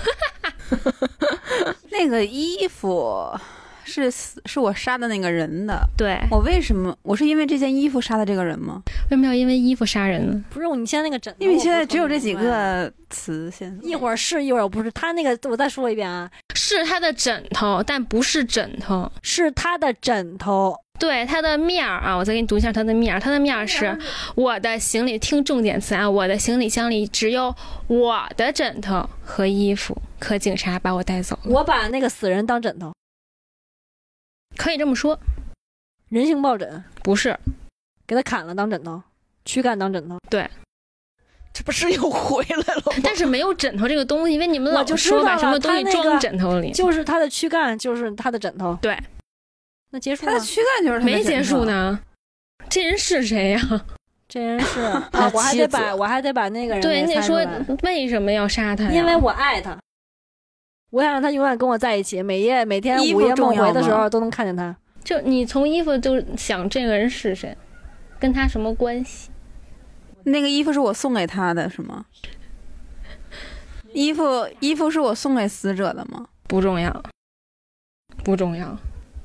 那个衣服是是我杀的那个人的。 对。 我为什么？我是因为这件衣服杀的这个人吗？ 为什么要因为衣服杀人呢？ 不是，你现在那个枕头， 因为现在只有这几个词。现在一会儿是一会儿不是。他那个我再说一遍啊， 是他的枕头，但不是枕头， 是他的枕头。 对，他的面儿啊，我再给你读一下他的面儿。他的面儿是我的行李，听重点词啊，我的行李箱里只有我的枕头和衣服，可警察把我带走了。 我把那个死人当枕头， 可以这么说。 人形抱枕？ 不是。 给他砍了当枕头，躯干当枕头。 对。 这不是又回来了吗？ 但是没有枕头这个东西，因为你们老说把什么东西装枕头里， 就是他的躯干就是他的枕头。 对。 那结束了。 他的躯干就是他的枕头。 没结束呢。这人是谁呀、啊？ 这人是啊，我还得把我还得把那个人对，你得说为什么要杀他呀？ 因为我爱他，我想让他永远跟我在一起，每夜每天午夜梦回的时候都能看见他。 就你从衣服就想这个人是谁，跟他什么关系？ 那个衣服是我送给他的是吗？衣服衣服是我送给死者的吗？ 不重要，不重要。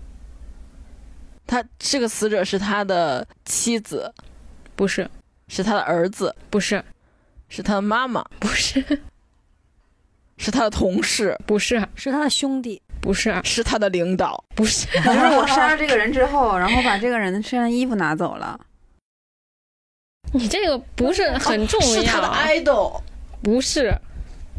他这个死者是他的妻子？ 不是。 是他的儿子？ 不是。 是他的妈妈？ 不是。 是他的同事？ 不是。 是他的兄弟？ 不是。 是他的领导？ 不是。 就是我杀了这个人之后，然后把这个人身上衣服拿走了。 你这个不是很重要。 哦、是他的 idol？ 不是。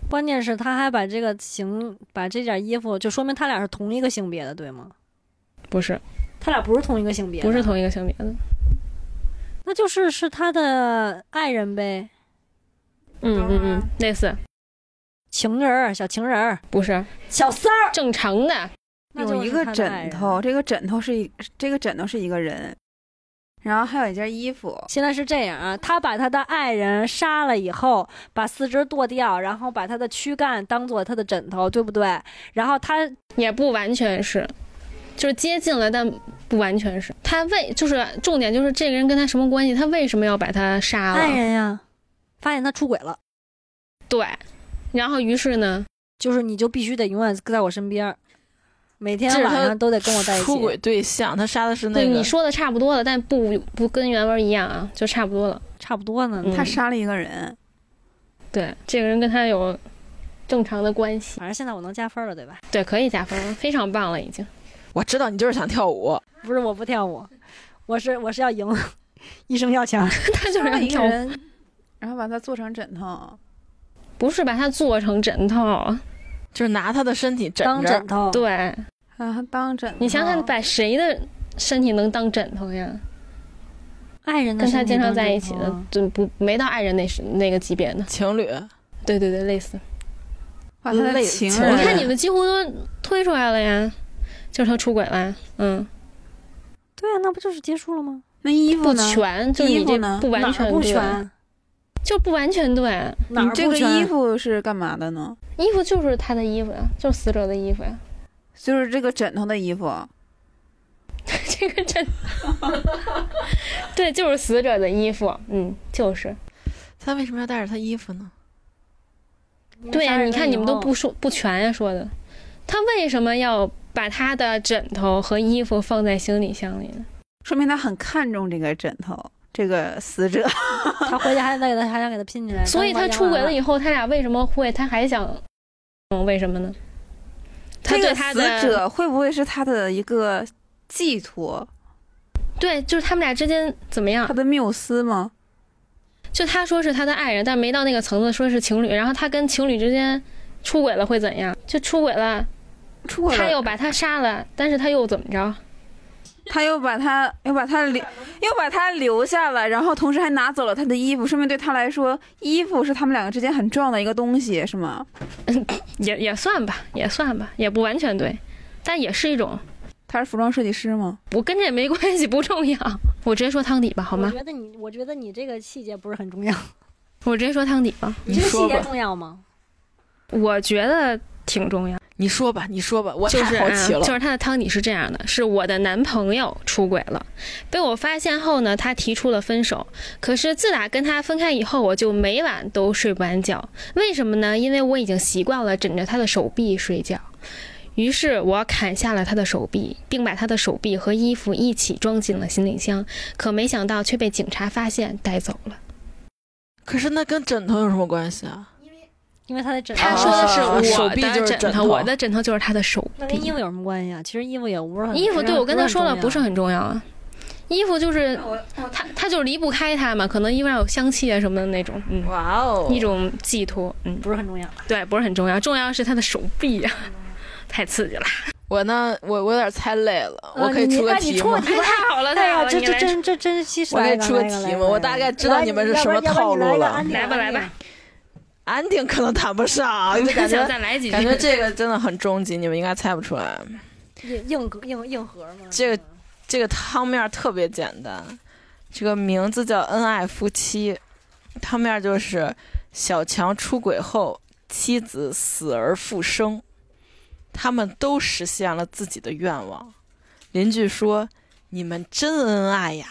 关键是他还把这个行，把这件衣服，就说明他俩是同一个性别的，对吗？ 不是， 他俩不是同一个性别的， 不是同一个性别的， 那就是是他的爱人呗。 嗯嗯嗯，类似。 情人儿，小情人儿， 不是小三儿， 正常的。 有一个枕头，这个枕头是一这个枕头是一个人，然后还有一件衣服。 现在是这样啊，他把他的爱人杀了以后，把四肢剁掉，然后把他的躯干当做他的枕头，对不对？然后他也不完全是，就是接近了，但不完全是。他为就是重点就是这个人跟他什么关系？他为什么要把他杀了？ 爱人呀，发现他出轨了。 对，然后于是呢， 就是你就必须得永远在我身边，每天晚上都得跟我在一起。 出轨对象，他杀的是那个。 对，你说的差不多了，但不不跟原文一样啊，就差不多了， 差不多呢。 嗯、他杀了一个人， 对，这个人跟他有正常的关系。 反正现在我能加分了，对吧？ 对，可以加分，非常棒了已经。 我知道你就是想跳舞。 不是，我不跳舞，我是我是要赢，一生要强。 他就是要跳舞， 然后把它做成枕头。 不是把它做成枕头， 就是拿他的身体枕当枕头。 对， 啊，当枕头。 你想想，把谁的身体能当枕头呀？ 爱人的跟他经常在一起的，就不没到爱人那是那个级别的情侣。 对对对，类似。 把他的情人， 你看你们几乎都推出来了呀，就是他出轨了。嗯， 对啊，那不就是结束了吗？ 那衣服呢？ 不全，就是你这不完全不全。 就不完全对， 你这个衣服是干嘛的呢？ 衣服就是他的衣服呀，就是死者的衣服呀， 就是这个枕头的衣服。 这个枕头，对，就是死者的衣服，嗯，就是。 他为什么要带着他衣服呢？ 对呀、啊，你看你们都不说不全呀，说的，他为什么要把他的枕头和衣服放在行李箱里呢？ 说明他很看重这个枕头。这个死者， 他回家还得给他，还想给他拼起来。 所以他出轨了以后，他俩为什么会？他还想，嗯，为什么呢？他对他的这个死者会不会是他的一个寄托？ 对，就是他们俩之间怎么样？ 他的缪斯吗？ 就他说是他的爱人，但没到那个层次，说是情侣。然后他跟情侣之间出轨了会怎样？就出轨了， 出轨了， 他又把他杀了，但是他又怎么着？ 他又把他又把他留又把他留下了，然后同时还拿走了他的衣服，说明对他来说，衣服是他们两个之间很重要的一个东西，是吗？ 也也算吧，也算吧，也不完全对，但也是一种。 他是服装设计师吗？ 我跟这也没关系，不重要。我直接说汤底吧，好吗？ 我觉得你，我觉得你这个细节不是很重要。 我直接说汤底吧。 你这个细节重要吗？ 我觉得挺重要。 你说吧，你说吧，我太好奇了。 就是、就是他的汤底是这样的：是我的男朋友出轨了，被我发现后呢，他提出了分手。可是自打跟他分开以后，我就每晚都睡不安觉。为什么呢？因为我已经习惯了枕着他的手臂睡觉。于是我砍下了他的手臂，并把他的手臂和衣服一起装进了行李箱。可没想到却被警察发现带走了。 可是那跟枕头有什么关系啊？ 因为他的枕头， 他说的是我的手臂就是枕头， 我的枕头就是他的手臂。 那跟衣服有什么关系啊？其实衣服也不是很， 衣服对我跟他说了不是很重要啊。衣服就是他，他就离不开他嘛，可能衣服上有香气啊什么的那种，嗯， 哇哦， 一种寄托，嗯， 不是很重要。 对，不是很重要，重要是他的手臂呀、啊，太刺激了。 我呢，我我有点猜累了， 呃、 我可以出个题吗？ 太好了，太好了， 这这真这真稀少。 我可以出个题吗？我大概知道你们是什么套路了。 来吧来吧。 安定可能谈不上，就感觉再来几句， 感觉这个真的很终极，你们应该猜不出来。 硬硬硬硬核吗？ 这个这个汤面特别简单，这个名字叫恩爱夫妻，汤面就是小强出轨后，妻子死而复生，他们都实现了自己的愿望。邻居说：“你们真恩爱呀！”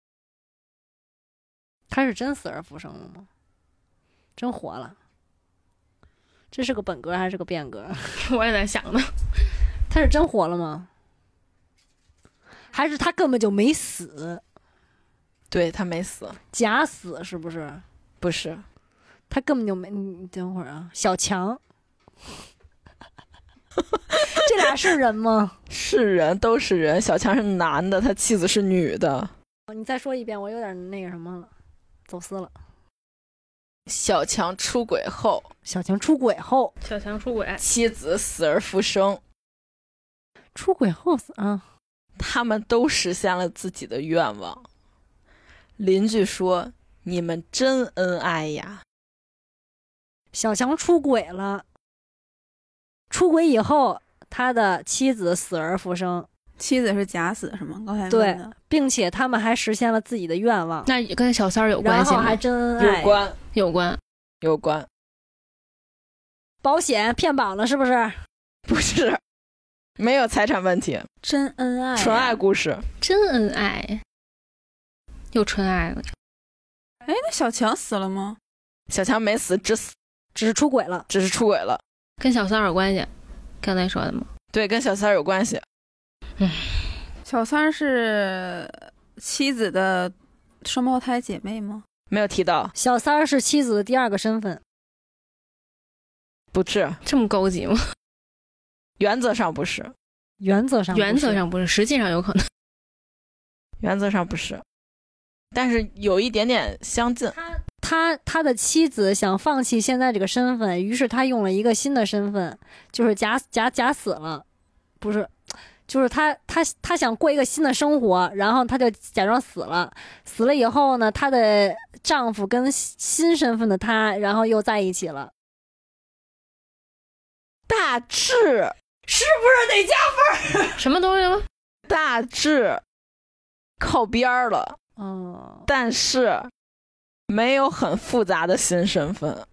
他是真死而复生了吗？真活了？这是个本格还是个变格？ 我也在想呢。 他是真活了吗？还是他根本就没死？ 对，他没死， 假死是不是？ 不是， 他根本就没。你等会儿啊，小强，这俩是人吗？ 是人，都是人。小强是男的，他妻子是女的。 你再说一遍，我有点那个什么了，走私了。 小强出轨后， 小强出轨后， 小强出轨， 妻子死而复生， 出轨后死啊！ 他们都实现了自己的愿望。邻居说：“你们真恩爱呀。” 小强出轨了，出轨以后，他的妻子死而复生， 妻子是假死是吗？刚才对问的， 并且他们还实现了自己的愿望， 那也跟小三儿有关然后还系吗？ 真恩爱。 有关， 有关。 有关， 保险骗保了是不是？ 不是，没有财产问题， 真恩爱呀， 纯爱故事。 真恩爱，又纯爱了。 哎，那小强死了吗？ 小强没死，只死只是出轨了。 只是出轨了。 跟小三儿有关系，刚才说的吗？ 对，跟小三儿有关系。 小三是妻子的双胞胎姐妹吗？ 没有提到， 小三儿是妻子的第二个身份， 不是， 这么高级吗？ 原则上不是， 原则上不是原则上不是，实际上有可能。 原则上不是，但是有一点点相近。 他他的妻子想放弃现在这个身份，于是他用了一个新的身份，就是假假假死了，不是，就是他他他想过一个新的生活，然后他就假装死了。死了以后呢，她的丈夫跟新身份的他，然后又在一起了。 大致是不是得加分？ 什么东西吗？ 大致靠边儿了， 哦， 但是没有很复杂的新身份，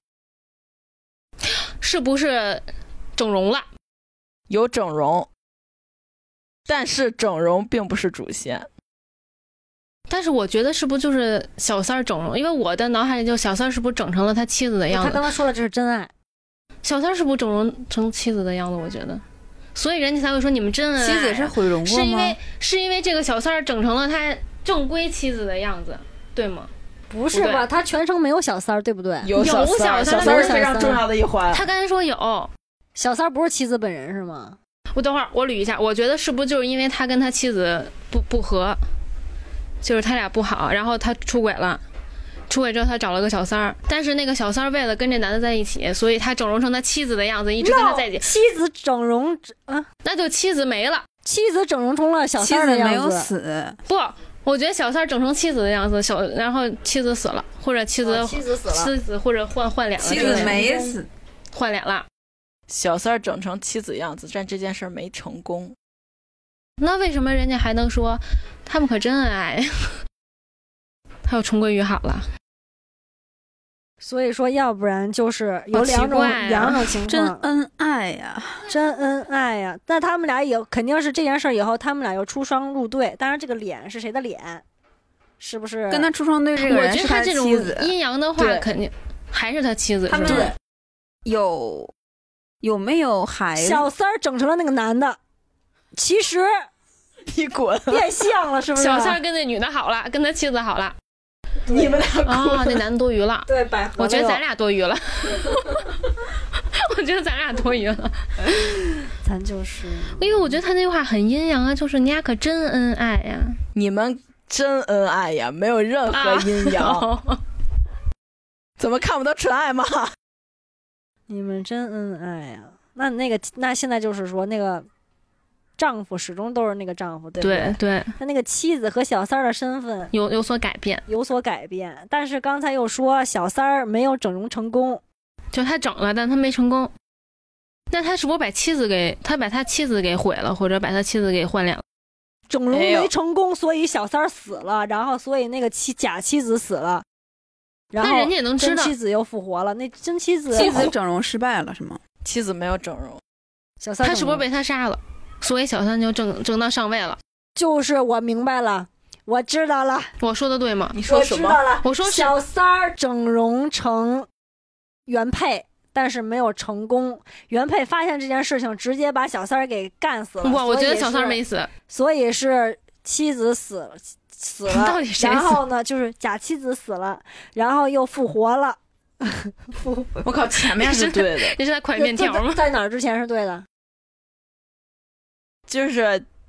是不是整容了？ 有整容，但是整容并不是主线。 但是我觉得是不是就是小三儿整容？因为我的脑海里就小三儿是不是整成了他妻子的样子？ 他刚才说的这是真爱。 小三儿是不是整容成妻子的样子？我觉得，所以人家才会说你们真恩爱。 妻子是毁容过吗？ 是因为是因为这个小三儿整成了他正规妻子的样子，对吗？ 不是吧？他全程没有小三儿，对不对？ 有小三儿， 有小三儿小三儿是非常重要的一环。 他刚才说有， 小三儿不是妻子本人是吗？ 我等会儿我捋一下，我觉得是不是就是因为他跟他妻子不不和，就是他俩不好，然后他出轨了。出轨之后，他找了个小三儿，但是那个小三儿为了跟这男的在一起，所以他整容成他妻子的样子，一直跟他在一起。 No, 妻子整容啊， 那就妻子没了。 妻子整容成了小三儿的样子。 妻子没有死。 不，我觉得小三儿整成妻子的样子，小然后妻子死了，或者妻子、 哦、妻子死了， 妻子或者换换脸了。 妻子没死， 换脸了。 小三儿整成妻子样子，但这件事没成功。 那为什么人家还能说他们可真恩爱？他又重归于好了。 所以说，要不然就是有两种、 啊、 两种情况， 真恩爱呀， 真恩爱呀。那他们俩也肯定是这件事以后，他们俩又出双入对。当然，这个脸是谁的脸？是不是跟他出双对这个人是他妻子？ 我觉得他这种阴阳的话，肯定还是他妻子。 他们有有没有孩子？ 小三儿整成了那个男的，其实你滚， 变相了，是不是？ 小三儿跟那女的好了，跟他妻子好了。 你们俩啊、哦，那男的多余了。 对，百合。 我觉得咱俩多余了。我觉得咱俩多余了。 咱就是， 因为我觉得他那句话很阴阳啊，就是你俩可真恩爱呀， 你们真恩爱呀，没有任何阴阳。啊、怎么看不到纯爱吗？ 你们真恩爱呀。那那个，那现在就是说那个。丈夫始终都是那个丈夫，对不对？ 对。 他那个妻子和小三儿的身份有有所改变， 有所改变。但是刚才又说小三儿没有整容成功， 就他整了，但他没成功。那他是不是把妻子给他把他妻子给毁了，或者把他妻子给换脸了？ 整容没成功，所以小三儿死了，然后所以那个妻假妻子死了，然后人家也能知道真妻子又复活了。那真妻子妻子整容失败了是吗？ 妻子没有整容， 小三他是不是被他杀了？所以小三就整整到上位了。 就是我明白了，我知道了。 我说的对吗？ 你说什么？ 我知道了。 我说小三儿整容成原配，但是没有成功。原配发现这件事情，直接把小三儿给干死了。 我我觉得小三儿没死， 所以是妻子死了，死了。 到底谁死？ 然后呢，就是假妻子死了，然后又复活了。复我靠，前面是对的。 这是在快面条吗？ 在哪儿之前是对的？ 就是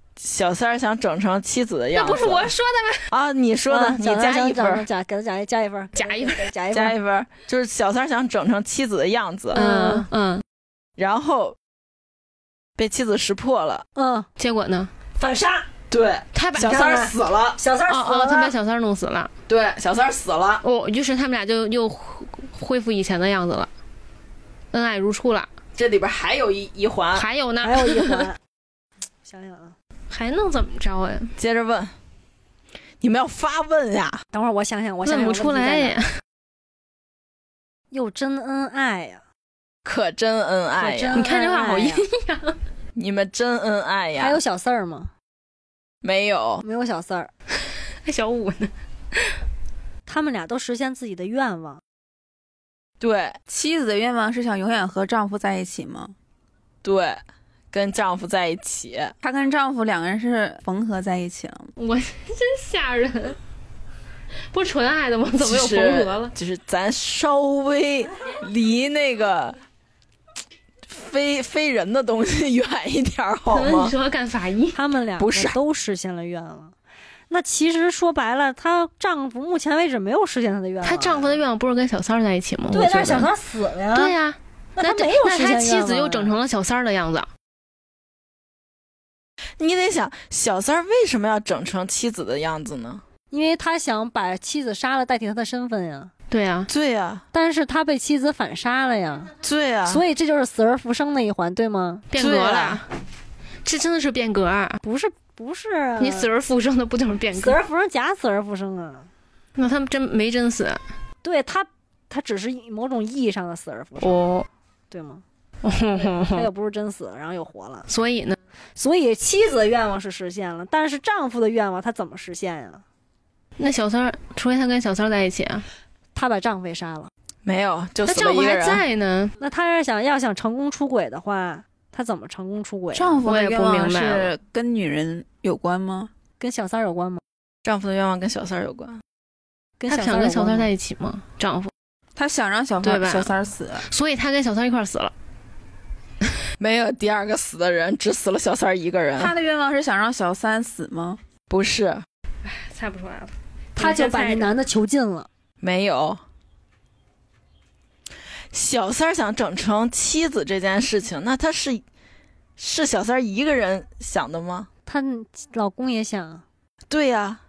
小三儿想整成妻子的样子。 那不是我说的吗？ 啊，你说的， 啊你加一分， 加给他加加一分， 加一分， 加一分， 加一分，就是小三儿想整成妻子的样子， 嗯嗯， 然后被妻子识破了， 嗯， 结果呢？ 反杀， 对， 他把小三儿死了， 小三哦哦，他把小三儿弄死了。 对，小三儿死了， 哦，于是他们俩就又恢复以前的样子了，恩爱如初了。 这里边还有一一环， 还有呢？ 还有一环，想想啊， 还能怎么着呀？ 接着问，你们要发问呀？ 等会儿我想想，我想想问不出来呀。 又真恩爱呀， 可真恩爱呀！ 你看这话好阴阳。 你们真恩爱呀！ 还有小四儿吗？ 没有， 没有小四儿。 还小五呢。 他们俩都实现自己的愿望。 对， 妻子的愿望是想永远和丈夫在一起吗？ 对，跟丈夫在一起。 她跟丈夫两个人是缝合在一起了吗？ 我真吓人。不是纯爱的吗？怎么又缝合了？ 就是咱稍微离那个非非人的东西远一点好吗？ 你说干法医？ 他们俩不是都实现了愿望。那其实说白了，她丈夫目前为止没有实现她的愿望。 她丈夫的愿望不是跟小三儿在一起吗？ 对，但是小三儿死了呀。 对呀， 那他没有实现愿望。 那他妻子又整成了小三儿的样子。 你得想，小三儿为什么要整成妻子的样子呢？ 因为他想把妻子杀了代替他的身份呀。 对呀， 对呀。 但是他被妻子反杀了呀。 对呀。 所以这就是死而复生那一环，对吗？ 变革了，这真的是变革啊！ 不是不是啊， 你死而复生的不就是变革？ 死而复生假死而复生啊。 那他们真没真死。 对他，他只是某种意义上的死而复生， 哦， 对吗？他又不是真死了，然后又活了。 所以呢？ 所以妻子的愿望是实现了，但是丈夫的愿望他怎么实现呀？ 那小三儿，除非他跟小三儿在一起啊， 他把丈夫给杀了， 没有，就死了一个人。他丈夫还在呢。 那他要想要想成功出轨的话，他怎么成功出轨？ 丈夫的愿望是跟女人有关吗？ 跟小三儿有关吗？ 丈夫的愿望跟小三儿有关。 跟他想跟小三儿在一起吗？丈夫， 他想让小三小三儿死， 所以他跟小三儿一块儿死了。 没有第二个死的人，只死了小三儿一个人。 他的愿望是想让小三死吗？ 不是， 唉，猜不出来了。 他就把那男的囚禁了。 没有。小三儿想整成妻子这件事情，那他是是小三儿一个人想的吗？ 他老公也想。 对呀、啊，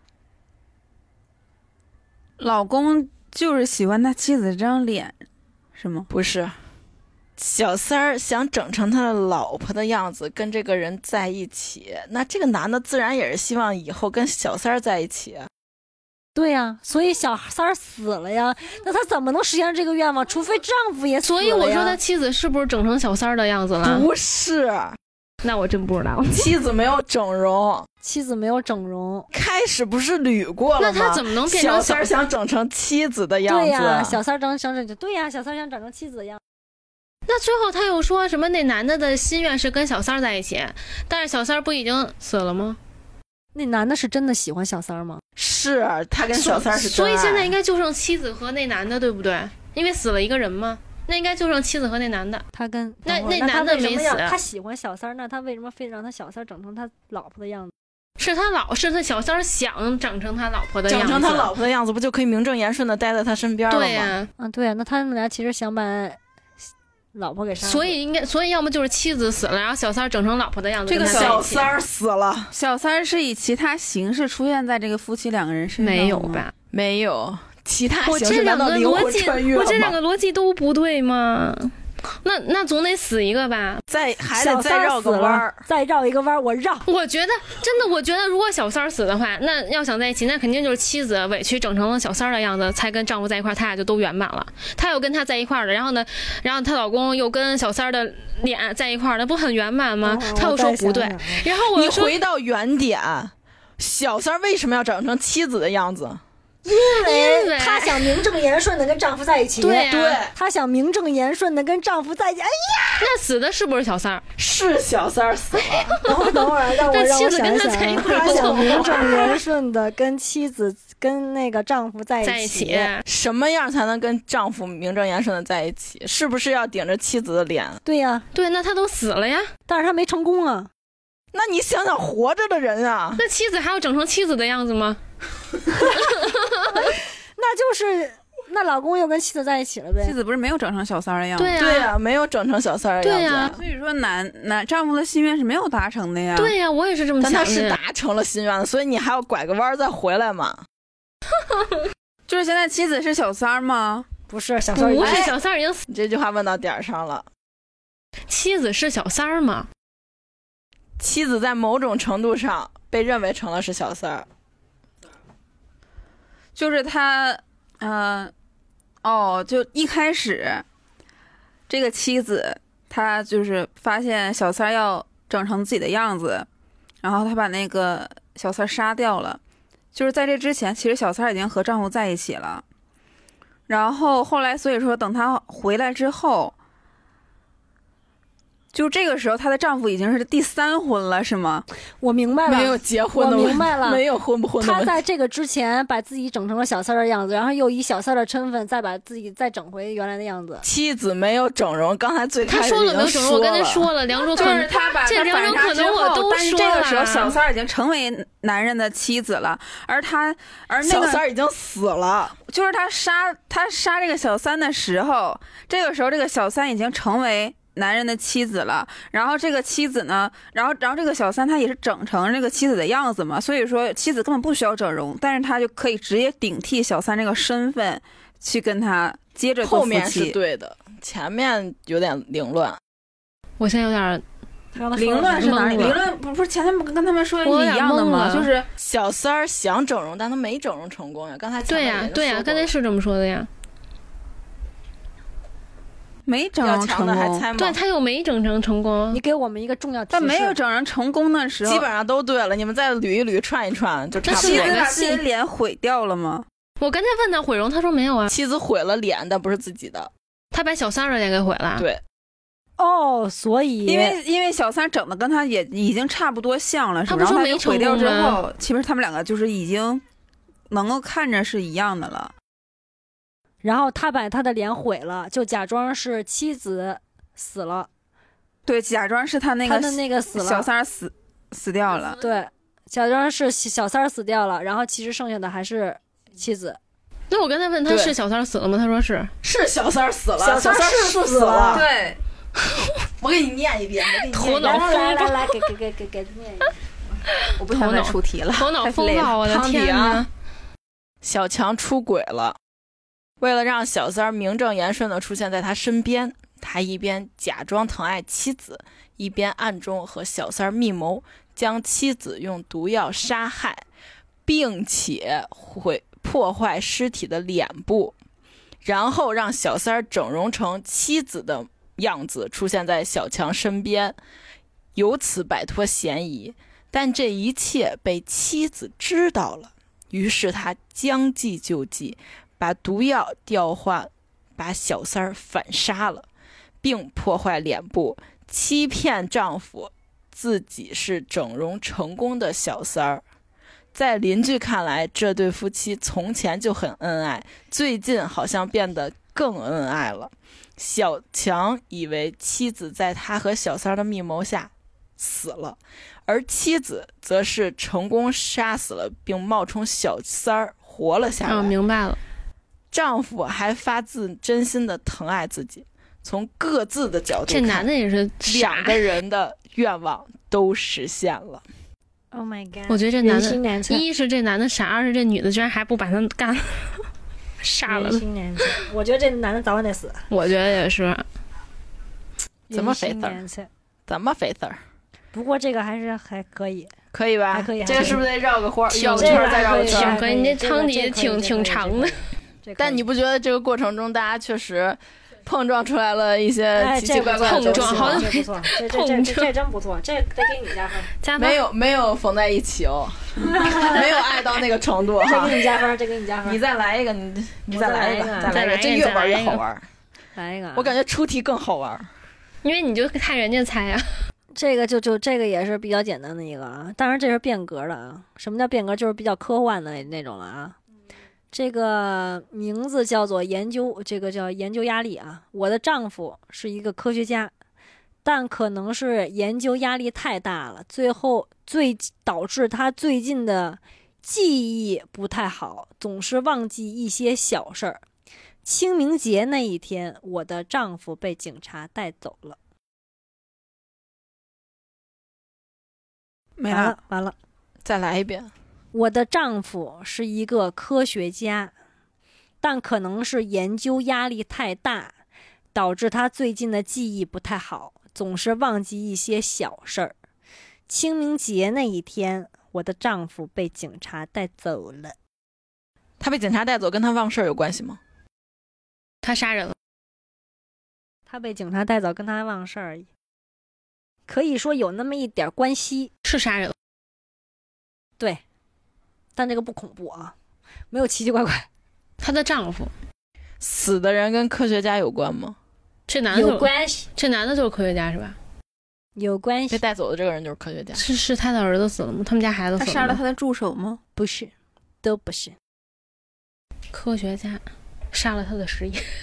老公就是喜欢他妻子这张脸，是吗？ 不是，小三儿想整成他的老婆的样子，跟这个人在一起，那这个男的自然也是希望以后跟小三儿在一起。 对呀、啊，所以小三儿死了呀，那他怎么能实现这个愿望？除非丈夫也死了呀。 所以我说他妻子是不是整成小三儿的样子了？ 不是， 那我真不知道。 妻子没有整容， 妻子没有整容， 开始不是捋过了吗？ 那他怎么能变成小三儿想整成妻子的样子？ 对呀、啊，小三儿整成整对呀、啊，小三儿想整成妻子的样子。 那最后他又说什么？那男的的心愿是跟小三儿在一起，但是小三儿不已经死了吗？ 那男的是真的喜欢小三儿吗？ 是他跟小三儿是真爱。 所以现在应该就剩妻子和那男的，对不对？因为死了一个人嘛，那应该就剩妻子和那男的。 他跟那那男的没死， 他喜欢小三儿，那他为什么非让他小三儿整成他老婆的样子？ 是他老是他小三儿想整成他老婆的样子， 整成他老婆的样子，不就可以名正言顺的待在他身边了吗？ 对呀、啊， 嗯，对呀、啊，那他们俩其实想把老婆给杀了， 所以应该，所以要么就是妻子死了，然后小三儿整成老婆的样子。 这个小三儿死了， 小三儿是以其他形式出现在这个夫妻两个人身上吗？ 没有吧？ 没有，其他形式难道灵魂穿越了吗？ 我这两个逻辑都不对吗？那那总得死一个吧？ 再还得再绕个弯儿， 再绕一个弯儿，我绕。 我觉得真的，我觉得如果小三儿死的话，那要想在一起，那肯定就是妻子委屈整成了小三儿的样子，才跟丈夫在一块儿，他俩就都圆满了。她又跟他在一块儿了，然后呢，然后她老公又跟小三儿的脸在一块儿，那不很圆满吗？ 哦、 她又说不对，然后我你回到原点，小三儿为什么要整成妻子的样子？ 因为她想名正言顺的跟丈夫在一起， 对、啊、 对， 她想名正言顺的跟丈夫在一起。哎呀， 那死的是不是小三儿？ 是小三儿死了。 等会儿，等会儿，让我让我想想。 她想名正言顺的跟妻子跟那个丈夫在一起。 在一起， 什么样才能跟丈夫名正言顺的在一起？是不是要顶着妻子的脸？ 对呀、啊， 对，那他都死了呀， 但是他没成功啊。 那你想想活着的人啊， 那妻子还要整成妻子的样子吗？ 那就是那老公又跟妻子在一起了呗。 妻子不是没有整成小三儿的样子？ 对呀、 对呀、没有整成小三儿的样子。 对呀所以说男男丈夫的心愿是没有达成的呀。 对呀、我也是这么但他是想的。 达成了心愿的，所以你还要拐个弯儿再回来嘛。 就是现在妻子是小三儿吗？ 不是小三儿， 不是哎小三儿已经死， 你这句话问到点儿上了。 妻子是小三儿吗？ 妻子在某种程度上被认为成了是小三儿。 就是他，嗯、呃，哦，就一开始，这个妻子她就是发现小三儿要整成自己的样子，然后她把那个小三儿杀掉了。就是在这之前，其实小三儿已经和丈夫在一起了。然后后来，所以说等她回来之后，就这个时候，她的丈夫已经是第三婚了，是吗？ 我明白了， 没有结婚的我问题， 明白了没有婚不婚的他问题。 在这个之前把自己整成了小三儿的样子，然后又以小三儿的身份再把自己再整回原来的样子。 妻子没有整容，刚才最开他始说了没有整容？我跟他了说了，两种可就是能。 他把他这两种可能我都但是说这个时候了小三儿已经成为男人的妻子了，而他而那小个三儿已经死了。 就是他杀他杀这个小三的时候，这个时候这个小三已经成为男人的妻子了，然后这个妻子呢，然后然后这个小三他也是整成这个妻子的样子嘛，所以说妻子根本不需要整容，但是他就可以直接顶替小三这个身份去跟他接着做夫后面是妻。 对的，前面有点凌乱。 我现在有点凌乱是哪里？ 懵了凌乱不不是前面不跟他们说的我有点是一样的吗？ 懵了就是小三儿想整容，但他没整容成功呀。刚才对呀、对呀、刚才是这么说的呀。 没整要强容成功， 的还猜吗？ 对，他又没整成成功你。给我们一个重要提示， 但没有整容成功的时候， 基本上都对了，你们再捋一捋、串一串，就差不妻多了。 这是哪个子把自己的脸毁掉了吗？ 我刚才问他毁容，他说没有啊， 妻子毁了脸，但不是自己的。 他把小三儿的脸给毁了。 对， 哦，所以因为因为小三整的跟他也已经差不多像了，是吧？然后他他不说没就毁掉之成功后，其实他们两个就是已经能够看着是一样的了。 然后他把他的脸毁了，就假装是妻子死了， 对，假装是他那个他的那个死了， 小三儿死死掉了。 对，假装是小三儿死掉了，然后其实剩下的还是妻子。 那我刚才问他对是小三儿死了吗？他说是。 是小三儿死了， 小三儿三儿是死死了。 对， 我给你念一遍，我给你头念一遍。 脑来来来来，给给给给给念一个。 我不想再出题了， 头脑太累了风暴，我的汤底天啊呐！ 小强出轨了，为了让小三儿名正言顺地出现在他身边，他一边假装疼爱妻子，一边暗中和小三儿密谋，将妻子用毒药杀害，并且毁破坏尸体的脸部，然后让小三儿整容成妻子的样子出现在小强身边，由此摆脱嫌疑。但这一切被妻子知道了，于是他将计就计，把毒药调换，把小三儿反杀了，并破坏脸部，欺骗丈夫自己是整容成功的小三儿。在邻居看来，这对夫妻从前就很恩爱，最近好像变得更恩爱了。小强以为妻子在他和小三儿的密谋下死了，而妻子则是成功杀死了并冒充小三儿活了下来。 啊，明白了。 丈夫还发自真心的疼爱自己，从各自的角度这看， 男的也是傻两个人的愿望都实现了。 Oh my god！ 我觉得这男人心的， 难测， 一是这男的傻，二是这女的居然还不把他干杀了人。心难测。我觉得这男的早晚得死。 我觉得也是。 怎么肥人心字儿难测？ 怎么肥字儿？ 不过这个还是还可以， 可以吧？ 还可以这个是不是得绕个花儿， 挺绕个圈儿再绕个圈儿？ 挺可以你这汤底挺挺长的。 但你不觉得这个过程中大家确实碰撞出来了一些奇奇怪怪的碰东西吗？ 撞好像这不错，这这这这这真不错，这得给你加分， 加分没有没有缝在一起哦，没有爱到那个程度这哈给。你加分，这给你加分。 你再来一个，你你再来一个， 我再来一个， 再来一个这越玩越再来一个好玩。 来一个啊， 我感觉出题更好玩。 因为你就看人家猜啊。 这个就就这个也是比较简单的一个啊，当然这是变革的啊。什么叫变革？就是比较科幻的那种了啊。这个名字叫做研究，这个叫研究压力啊。我的丈夫是一个科学家， 但可能是研究压力太大了，最后最导致他最近的记忆不太好，总是忘记一些小事儿。清明节那一天，我的丈夫被警察带走了。 没完了，完了， 再来一遍。 我的丈夫是一个科学家，但可能是研究压力太大，导致他最近的记忆不太好，总是忘记一些小事儿。清明节那一天，我的丈夫被警察带走了。 他被警察带走跟他忘事儿有关系吗？ 他杀人了。 他被警察带走跟他忘事儿，可以说有那么一点关系。 是杀人了。 对，但这个不恐怖啊，没有奇奇怪怪。 她的丈夫死的人跟科学家有关吗？ 这男的有关系， 这男的就是科学家是吧？ 有关系。 被带走的这个人就是科学家。 是是他的儿子死了吗？他们家孩子死了吗？ 他杀了他的助手吗？ 不是，都不是。 科学家杀了他的实验。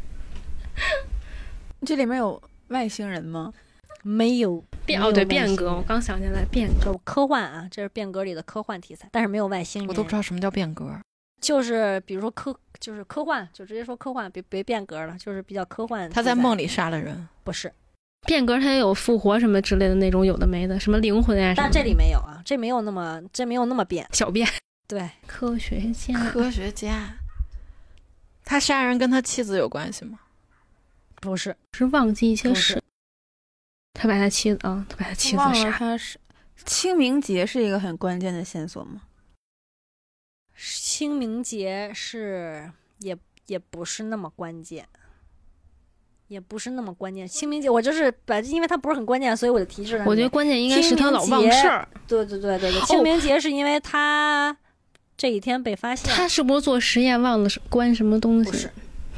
这里面有外星人吗？ 没有。 变哦，对，变革，我刚想起来，变革。 就科幻啊，这是变革里的科幻题材，但是没有外星人。 我都不知道什么叫变革。 就是比如说科，就是科幻，就直接说科幻，别别变革了，就是比较科幻。 他在梦里杀了人？ 不是。 变革他也有复活什么之类的那种，有的没的，什么灵魂啊什么的。 但这里没有啊，这没有那么，这没有那么变。 小变。 对， 科学家。 科学家。他杀人跟他妻子有关系吗？ 不是， 是忘记一些事。他把他妻子啊，他把他妻子忘了杀。 他是清明节是一个很关键的线索吗？ 清明节是也也不是那么关键，也不是那么关键。清明节我就是把，因为它不是很关键，所以我就提示了。 我觉得关键应该是他老忘事儿。 对对对对对，清明节是因为他这一天被发现。 他是不是做实验忘了关什么东西？ 不是。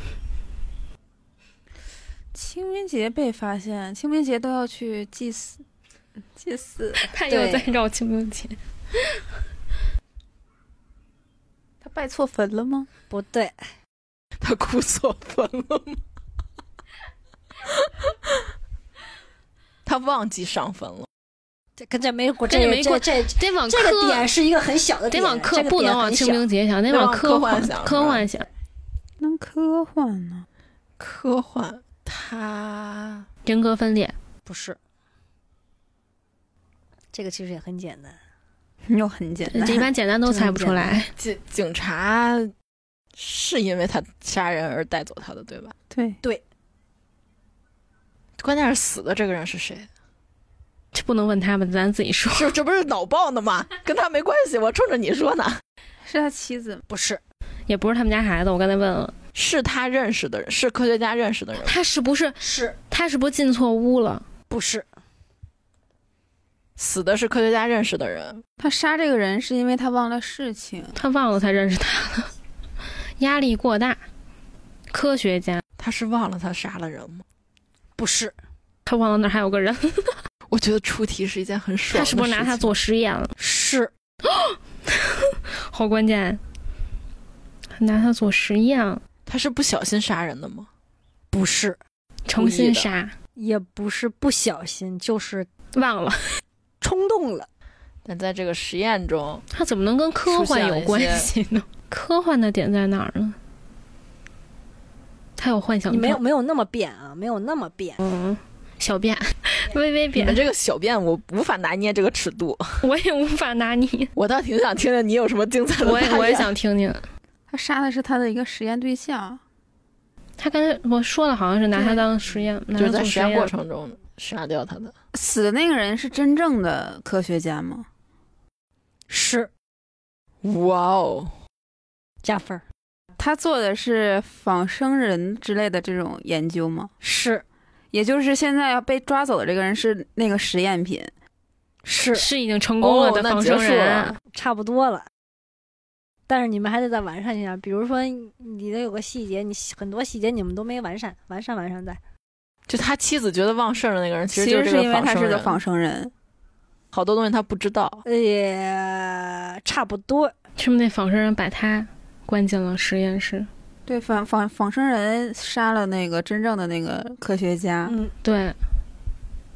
清明节被发现，清明节都要去祭祀，祭祀。 他又在绕清明节。 他拜错坟了吗？ 不对。 他哭错坟了吗？他忘记上坟了。 这跟这没关， 这没关， 这这得往这个点是一个很小的点， 得往科， 这个不能往清明节想，得往科幻想。 科幻想。 能科幻呢？ 科幻。他人格分裂不是，这个其实也很简单， 又很简单， 这一般简单都猜不出来。 警警察是因为他杀人而带走他的，对吧？ 对对。 关键是死的这个人是谁？ 这不能问他们，咱自己说。 是，这不是脑爆呢吗？跟他没关系，我冲着你说呢。 是他妻子？ 不是， 也不是他们家孩子。我刚才问了。 是他认识的人，是科学家认识的人。 他是不是是？ 他是不是进错屋了？ 不是。 死的是科学家认识的人。 他杀这个人是因为他忘了事情， 他忘了他认识他了，压力过大。科学家， 他是忘了他杀了人吗？ 不是， 他忘了那儿还有个人。 我觉得出题是一件很爽的事情。 他是不是拿他做实验了？ 是。 好关键，拿他做实验。 他是不小心杀人的吗？ 不是。 诚心杀？ 也不是不小心，就是忘了， 冲动了。 但在这个实验中， 他怎么能跟科幻有关系呢？科幻的点在哪儿呢？他有幻想症， 你没有没有那么变啊，没有那么变。 嗯，小变，微微变。 你们这个小变，我无法拿捏这个尺度， 我也无法拿捏。 我倒挺想听听你有什么精彩的发言。 我也我也想听听。 他杀的是他的一个实验对象。 他刚才我说的好像是拿他当实验， 就是在实验过程中杀掉他的。 死的那个人是真正的科学家吗？ 是。 哇哦， 加分。 他做的是仿生人之类的这种研究吗？ 是。 也就是现在要被抓走的这个人是那个实验品。 是。 是已经成功了的仿生人。 哦， 差不多了。但是你们还得再完善一下，比如说你的有个细节，你很多细节你们都没完善，完善完善再。 就他妻子觉得忘事儿的那个人，其实就是因为他是个仿生人， 好多东西他不知道。 也差不多。 是不是那仿生人把他关进了实验室？ 对，仿仿仿生人杀了那个真正的那个科学家。 嗯， 对。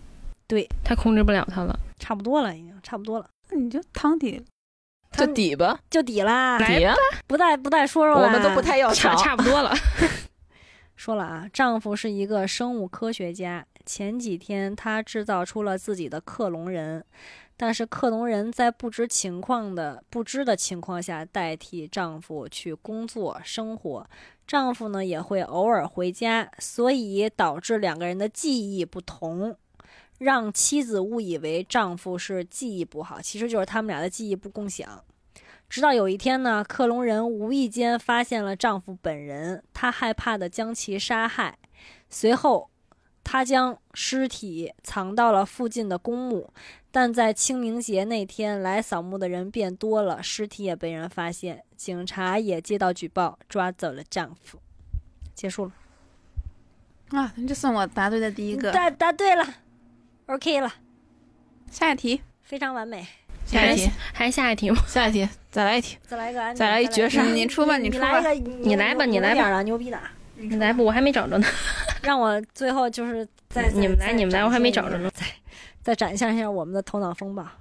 对， 他控制不了他了， 差不多了，已经差不多了， 那你就汤底就抵吧， 就抵啦。 来抵啊！ 不带不带说说啦， 我们都不太要差强。 差不多了。 说了啊，丈夫是一个生物科学家。前几天他制造出了自己的克隆人，但是克隆人在不知情况的不知的情况下代替丈夫去工作生活，丈夫呢也会偶尔回家，所以导致两个人的记忆不同，让妻子误以为丈夫是记忆不好，其实就是他们俩的记忆不共享。直到有一天呢，克隆人无意间发现了丈夫本人，她害怕的将其杀害，随后她将尸体藏到了附近的公墓，但在清明节那天来扫墓的人变多了，尸体也被人发现，警察也接到举报，抓走了丈夫。结束了啊，那就算我答对的第一个。 答答对了 OK 了， 下一题， 非常完美。 下一题， 还下一题吗？ 下一题，再来一题， 再来一个， 再来一绝杀你你出吧你出吧来一个， 你来吧你来吧， 吧，牛逼的， 你来吧，我还没找着呢。 让我最后就是再你们来，你们来，我还没找着呢。 再再展现一下我们的头脑风暴。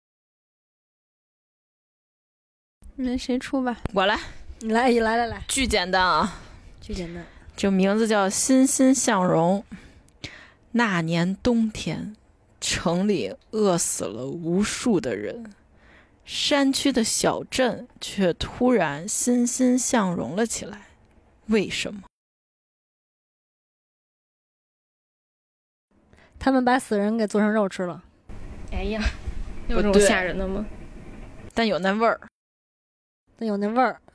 那谁出吧？ 我来， 你来，你来来来， 巨简单啊， 巨简单。 这名字叫欣欣向荣。那年冬天，城里饿死了无数的人，山区的小镇却突然欣欣向荣了起来，为什么？ 他们把死人给做成肉吃了。 哎呀，有这种吓人的吗？ 但有那味儿， 但有那味儿。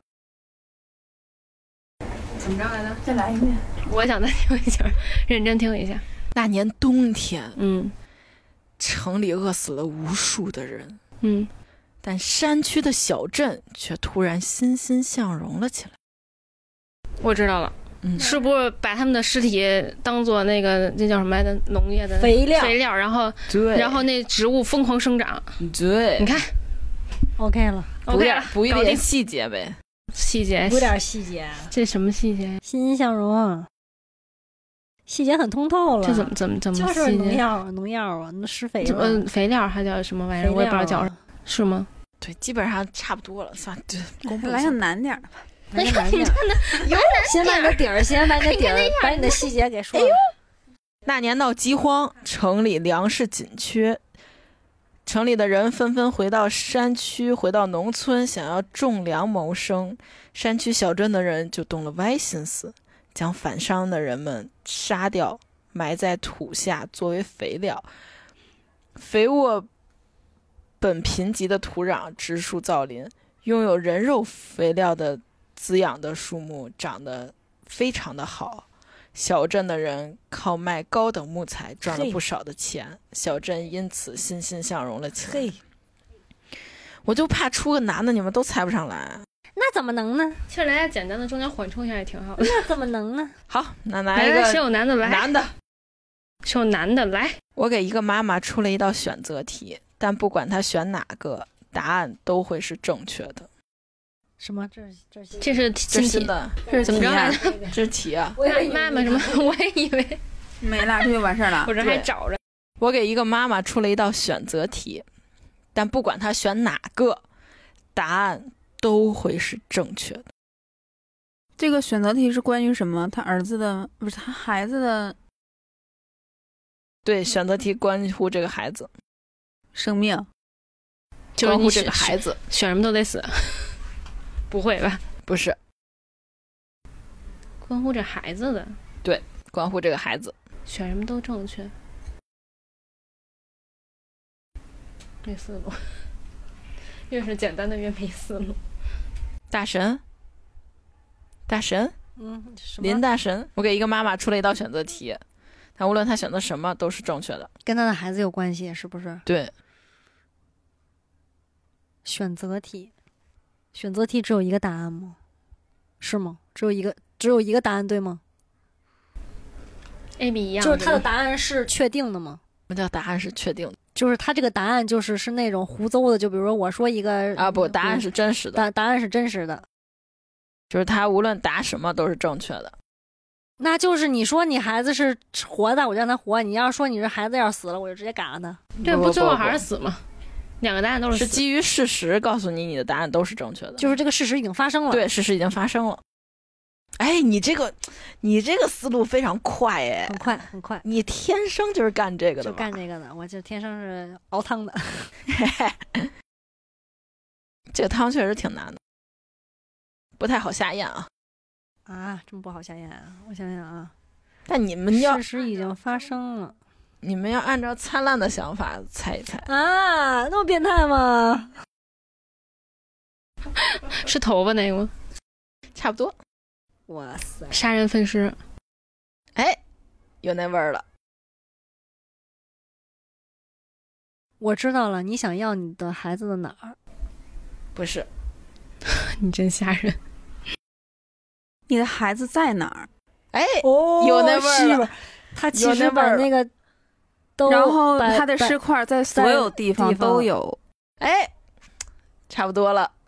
怎么着来着？ 再来一遍。 我想再听一下，认真听一下。 那年冬天， 嗯城里饿死了无数的人， 嗯， 但山区的小镇却突然欣欣向荣了起来。 我知道了。 嗯， 是不是把他们的尸体当做那个这叫什么来着？农业的肥料肥料，然后对， 然后那植物疯狂生长。 对， 你看 OK 了， 补 ，OK 点了， 补一点搞定细节呗。 细节， 补点细节。 这什么细节？ 欣欣向荣，细节很通透了。 这怎么怎么怎么就是细节？ 农药，农药啊，那施肥了。 嗯，肥料还叫什么玩意儿？ 肥料我也不知道叫什么，是吗？ 对，基本上差不多了，算了，就公布一来下个难点的吧。 来个难点儿，先把你的底儿，先把你的底儿，把你的细节给说了。 那年闹饥荒，城里粮食紧缺，城里的人纷纷回到山区，回到农村，想要种粮谋生。山区小镇的人就动了歪心思，将反商的人们杀掉，埋在土下作为肥料。肥沃本贫瘠的土壤植树造林，拥有人肉肥料的滋养的树木长得非常的好。小镇的人靠卖高等木材赚了不少的钱，小镇因此欣欣向荣了起来。 嘿， 我就怕出个男的，你们都猜不上来。 那怎么能呢？ 其实来点简单的，中间缓冲一下也挺好的。 那怎么能呢？ 好，那来一来，谁个有男的来？ 男的。 谁有男的来？ 我给一个妈妈出了一道选择题，但不管她选哪个，答案都会是正确的。 什么？这是这是这是这亲戚， 是的， 这是怎么着来着？ 这是题啊！ 妈妈什么？我也以为没了，这就完事儿了。 我这还找着。 我给一个妈妈出了一道选择题，但不管她选哪个，答案都会是正确的。 这个选择题是关于什么？他儿子的不是他孩子的对，选择题关乎这个孩子， 生命， 就是你关乎这个选孩子， 选什么都得死，不会吧？ 不是关乎这孩子的， 关乎这个孩子。 选什么都正确。没思路，越是简单的越没思路。 大神，大神， 嗯，什么林大神，我给一个妈妈出了一道选择题，但无论她选择什么都是正确的。 跟他的孩子有关系，是不是？ 对， 选择题，选择题只有一个答案吗？是吗？只有一个，只有一个答案对吗？ A B 一样， 就是他的吧答案是确定的吗？ 什么叫答案是确定的就是他这个答案就是是那种胡诌的，就比如说我说一个啊？不，答案是真实的， 答答案是真实的。 就是他无论答什么都是正确的。 那就是你说你孩子是活的，我就让他活；你要说你这孩子要死了，我就直接赶了他。 对， 不不最后还是死吗？两个答案都是死。 是基于事实告诉你，你的答案都是正确的， 就是这个事实已经发生了。 对，事实已经发生了。哎，你这个，你这个思路非常快哎， 很快很快， 你天生就是干这个的， 就干这个的，我就天生是熬汤的。 这个汤确实挺难的，不太好下咽啊。 啊，这么不好下咽啊！我想想啊， 但你们要事实已经发生了， 你们要按照灿烂的想法猜一猜啊，那么变态吗？ 是头发那个吗？ 差不多。 哇塞， 杀人分尸。 哎，有那味儿了。 我知道了，你想要你的孩子的哪儿？ 不是， 你真吓人。 你的孩子在哪儿？ 哎， 哦， 有那味儿了。 他其实把那个都， 然后他的尸块在所有地方都有。 哎，差不多了。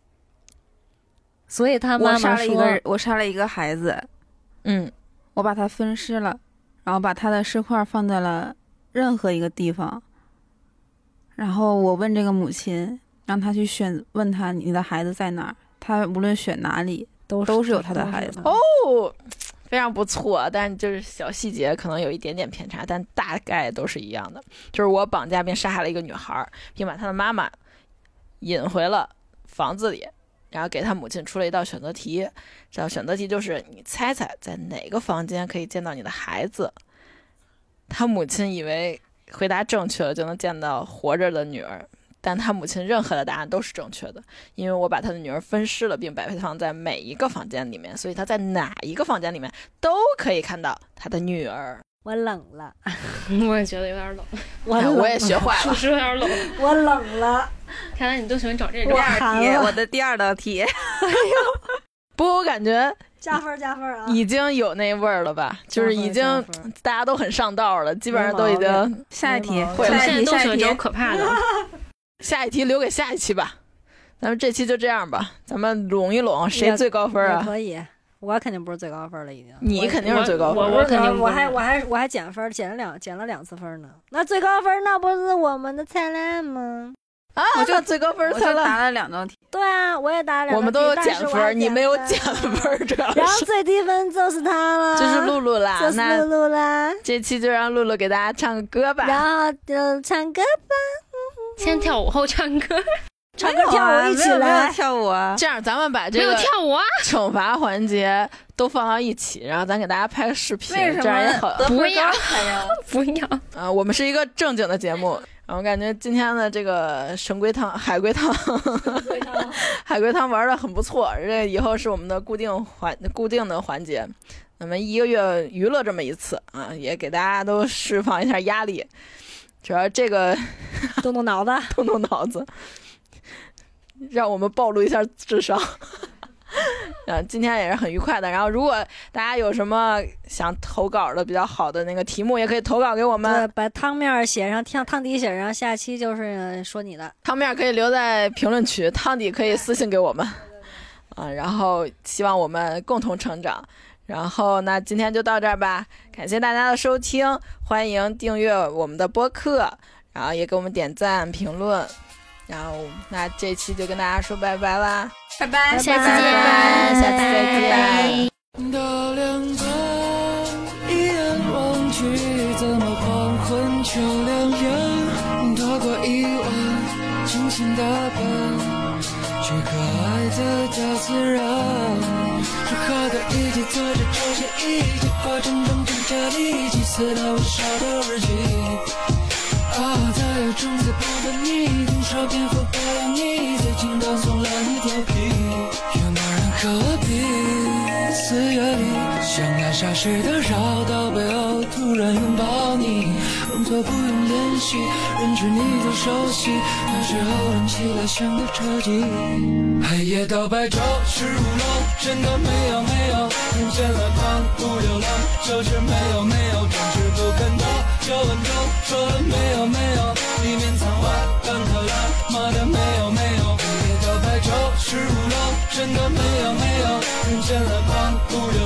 所以他妈妈我杀了一说个，我杀了一个孩子， 嗯， 我把他分尸了，然后把他的尸块放在了任何一个地方，然后我问这个母亲，让他去选，问他你的孩子在哪儿，他无论选哪里都都是有他的孩子。 哦，非常不错，但就是小细节可能有一点点偏差，但大概都是一样的。就是我绑架并杀害了一个女孩，并把她的妈妈引回了房子里，然后给他母亲出了一道选择题。这道选择题就是你猜猜在哪个房间可以见到你的孩子。他母亲以为回答正确了就能见到活着的女儿，但他母亲任何的答案都是正确的，因为我把他的女儿分尸了并摆放在每一个房间里面，所以他在哪一个房间里面都可以看到他的女儿。 我冷了， 我也觉得有点冷， 我冷了， 我也学坏了， 属实有点冷。 我冷了。 看来你都喜欢找这种。 第二题，我的第二道题。 不，我感觉加分加分啊！ 已经有那味儿了吧？就是已经大家都很上道了，基本上都已经。 下一题， 我们现在都下一题， 是有可怕的。 下一题留给下一期吧，咱们这期就这样吧，咱们拢一拢，谁最高分啊？ 可以，我肯定不是最高分了，已经。 你肯定是最高分， 我我肯定， 我还我还我还减分，减了两减了两次分呢。那最高分那不是我们的灿烂吗？ 啊，我就最高分灿烂， 答了两道题。 对啊，我也答了两道题。 我们都有减分，你没有减分，主要是。 然后最低分就是他了， 就是露露啦， 就是露露啦。 这期就让露露给大家唱个歌吧。 然后就唱歌吧， 先跳舞后唱歌。 唱歌跳舞一起来跳舞啊！ 这样咱们把这个没有跳舞啊惩罚环节都放到一起，然后咱给大家拍个视频，这样也好。 不要，不要啊！我们是一个正经的节目，我感觉今天的这个神龟汤、海龟汤、海龟汤玩的很不错，这以后是我们的固定环、固定的环节。那么一个月娱乐这么一次啊，也给大家都释放一下压力。主要这个动动脑子， 动动脑子。让我们暴露一下智商。嗯，今天也是很愉快的。然后，如果大家有什么想投稿的比较好的那个题目，也可以投稿给我们。 对，把汤面写上，汤汤底写上，下期就是说你的。 汤面可以留在评论区，汤底可以私信给我们。嗯，然后希望我们共同成长。然后那今天就到这儿吧，感谢大家的收听，欢迎订阅我们的播客，然后也给我们点赞评论。然后，那这期就跟大家说拜拜啦， 拜拜， 下次见， 下次再见。 到两端，一眼望去，怎么黄昏就两样？躲过一晚，精心打扮，去可爱的大自然。说好的一起坐着抽些一起过程中增加力气，撕到我烧的日记。啊，在有种子部分你挺少蝙蝠不要你，最近刚松了一条皮，有男人何必？四月里像来下水的绕道背后突然拥抱你，动作不用练习，认知你都熟悉，那时候人起来像个车技。黑夜到白昼是乌龙，真的没有没有，人间了旁不流浪，就是没有没有，总是不肯到就稳重，说了没有没有，里面藏花干透了，妈的没有没有。黑夜到白昼是乌龙，真的没有没有，人间了旁不流浪。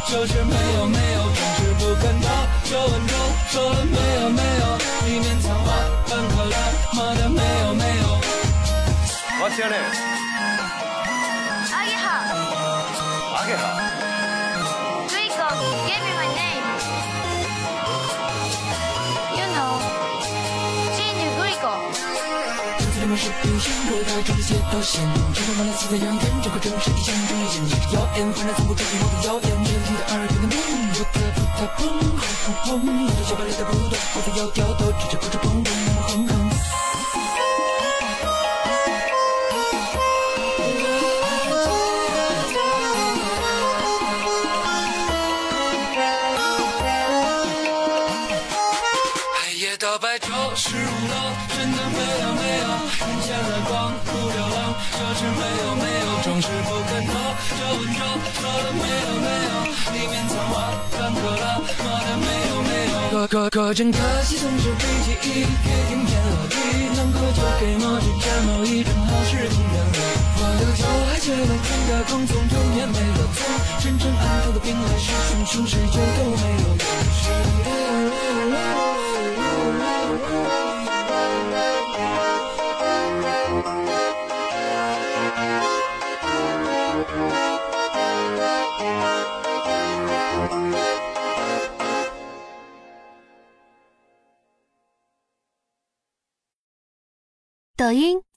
就是没有没有，总是不肯逃。皱纹中说了没有没有，里面藏花半可乐，妈的没有没有。 What's your name? 阿姨好。 阿给好。 Rico, give me my name. You know, Gene Rico. 里面是冰箱，如大众的街道线，充满了死的扬言，这个城市一象征一件也是谣言，反正从不注意我的谣言，这里的耳边的梦，不得不得砰砰砰砰，我的小白脸在不动，我在摇掉头，指着不着砰砰砰砰。到白昼十五楼，真的没有没有，人见了光不流浪，就是没有没有，总是不肯逃。这温州说了没有没有，里面藏花半可乐，妈的没有没有。可可可真可惜，总是被记忆给听天落地，能喝就给某之间某一种好事情远离。我留酒还觉得天的空从中也没了踪，真正安透的病来是凶凶，谁就都没有用。 抖音。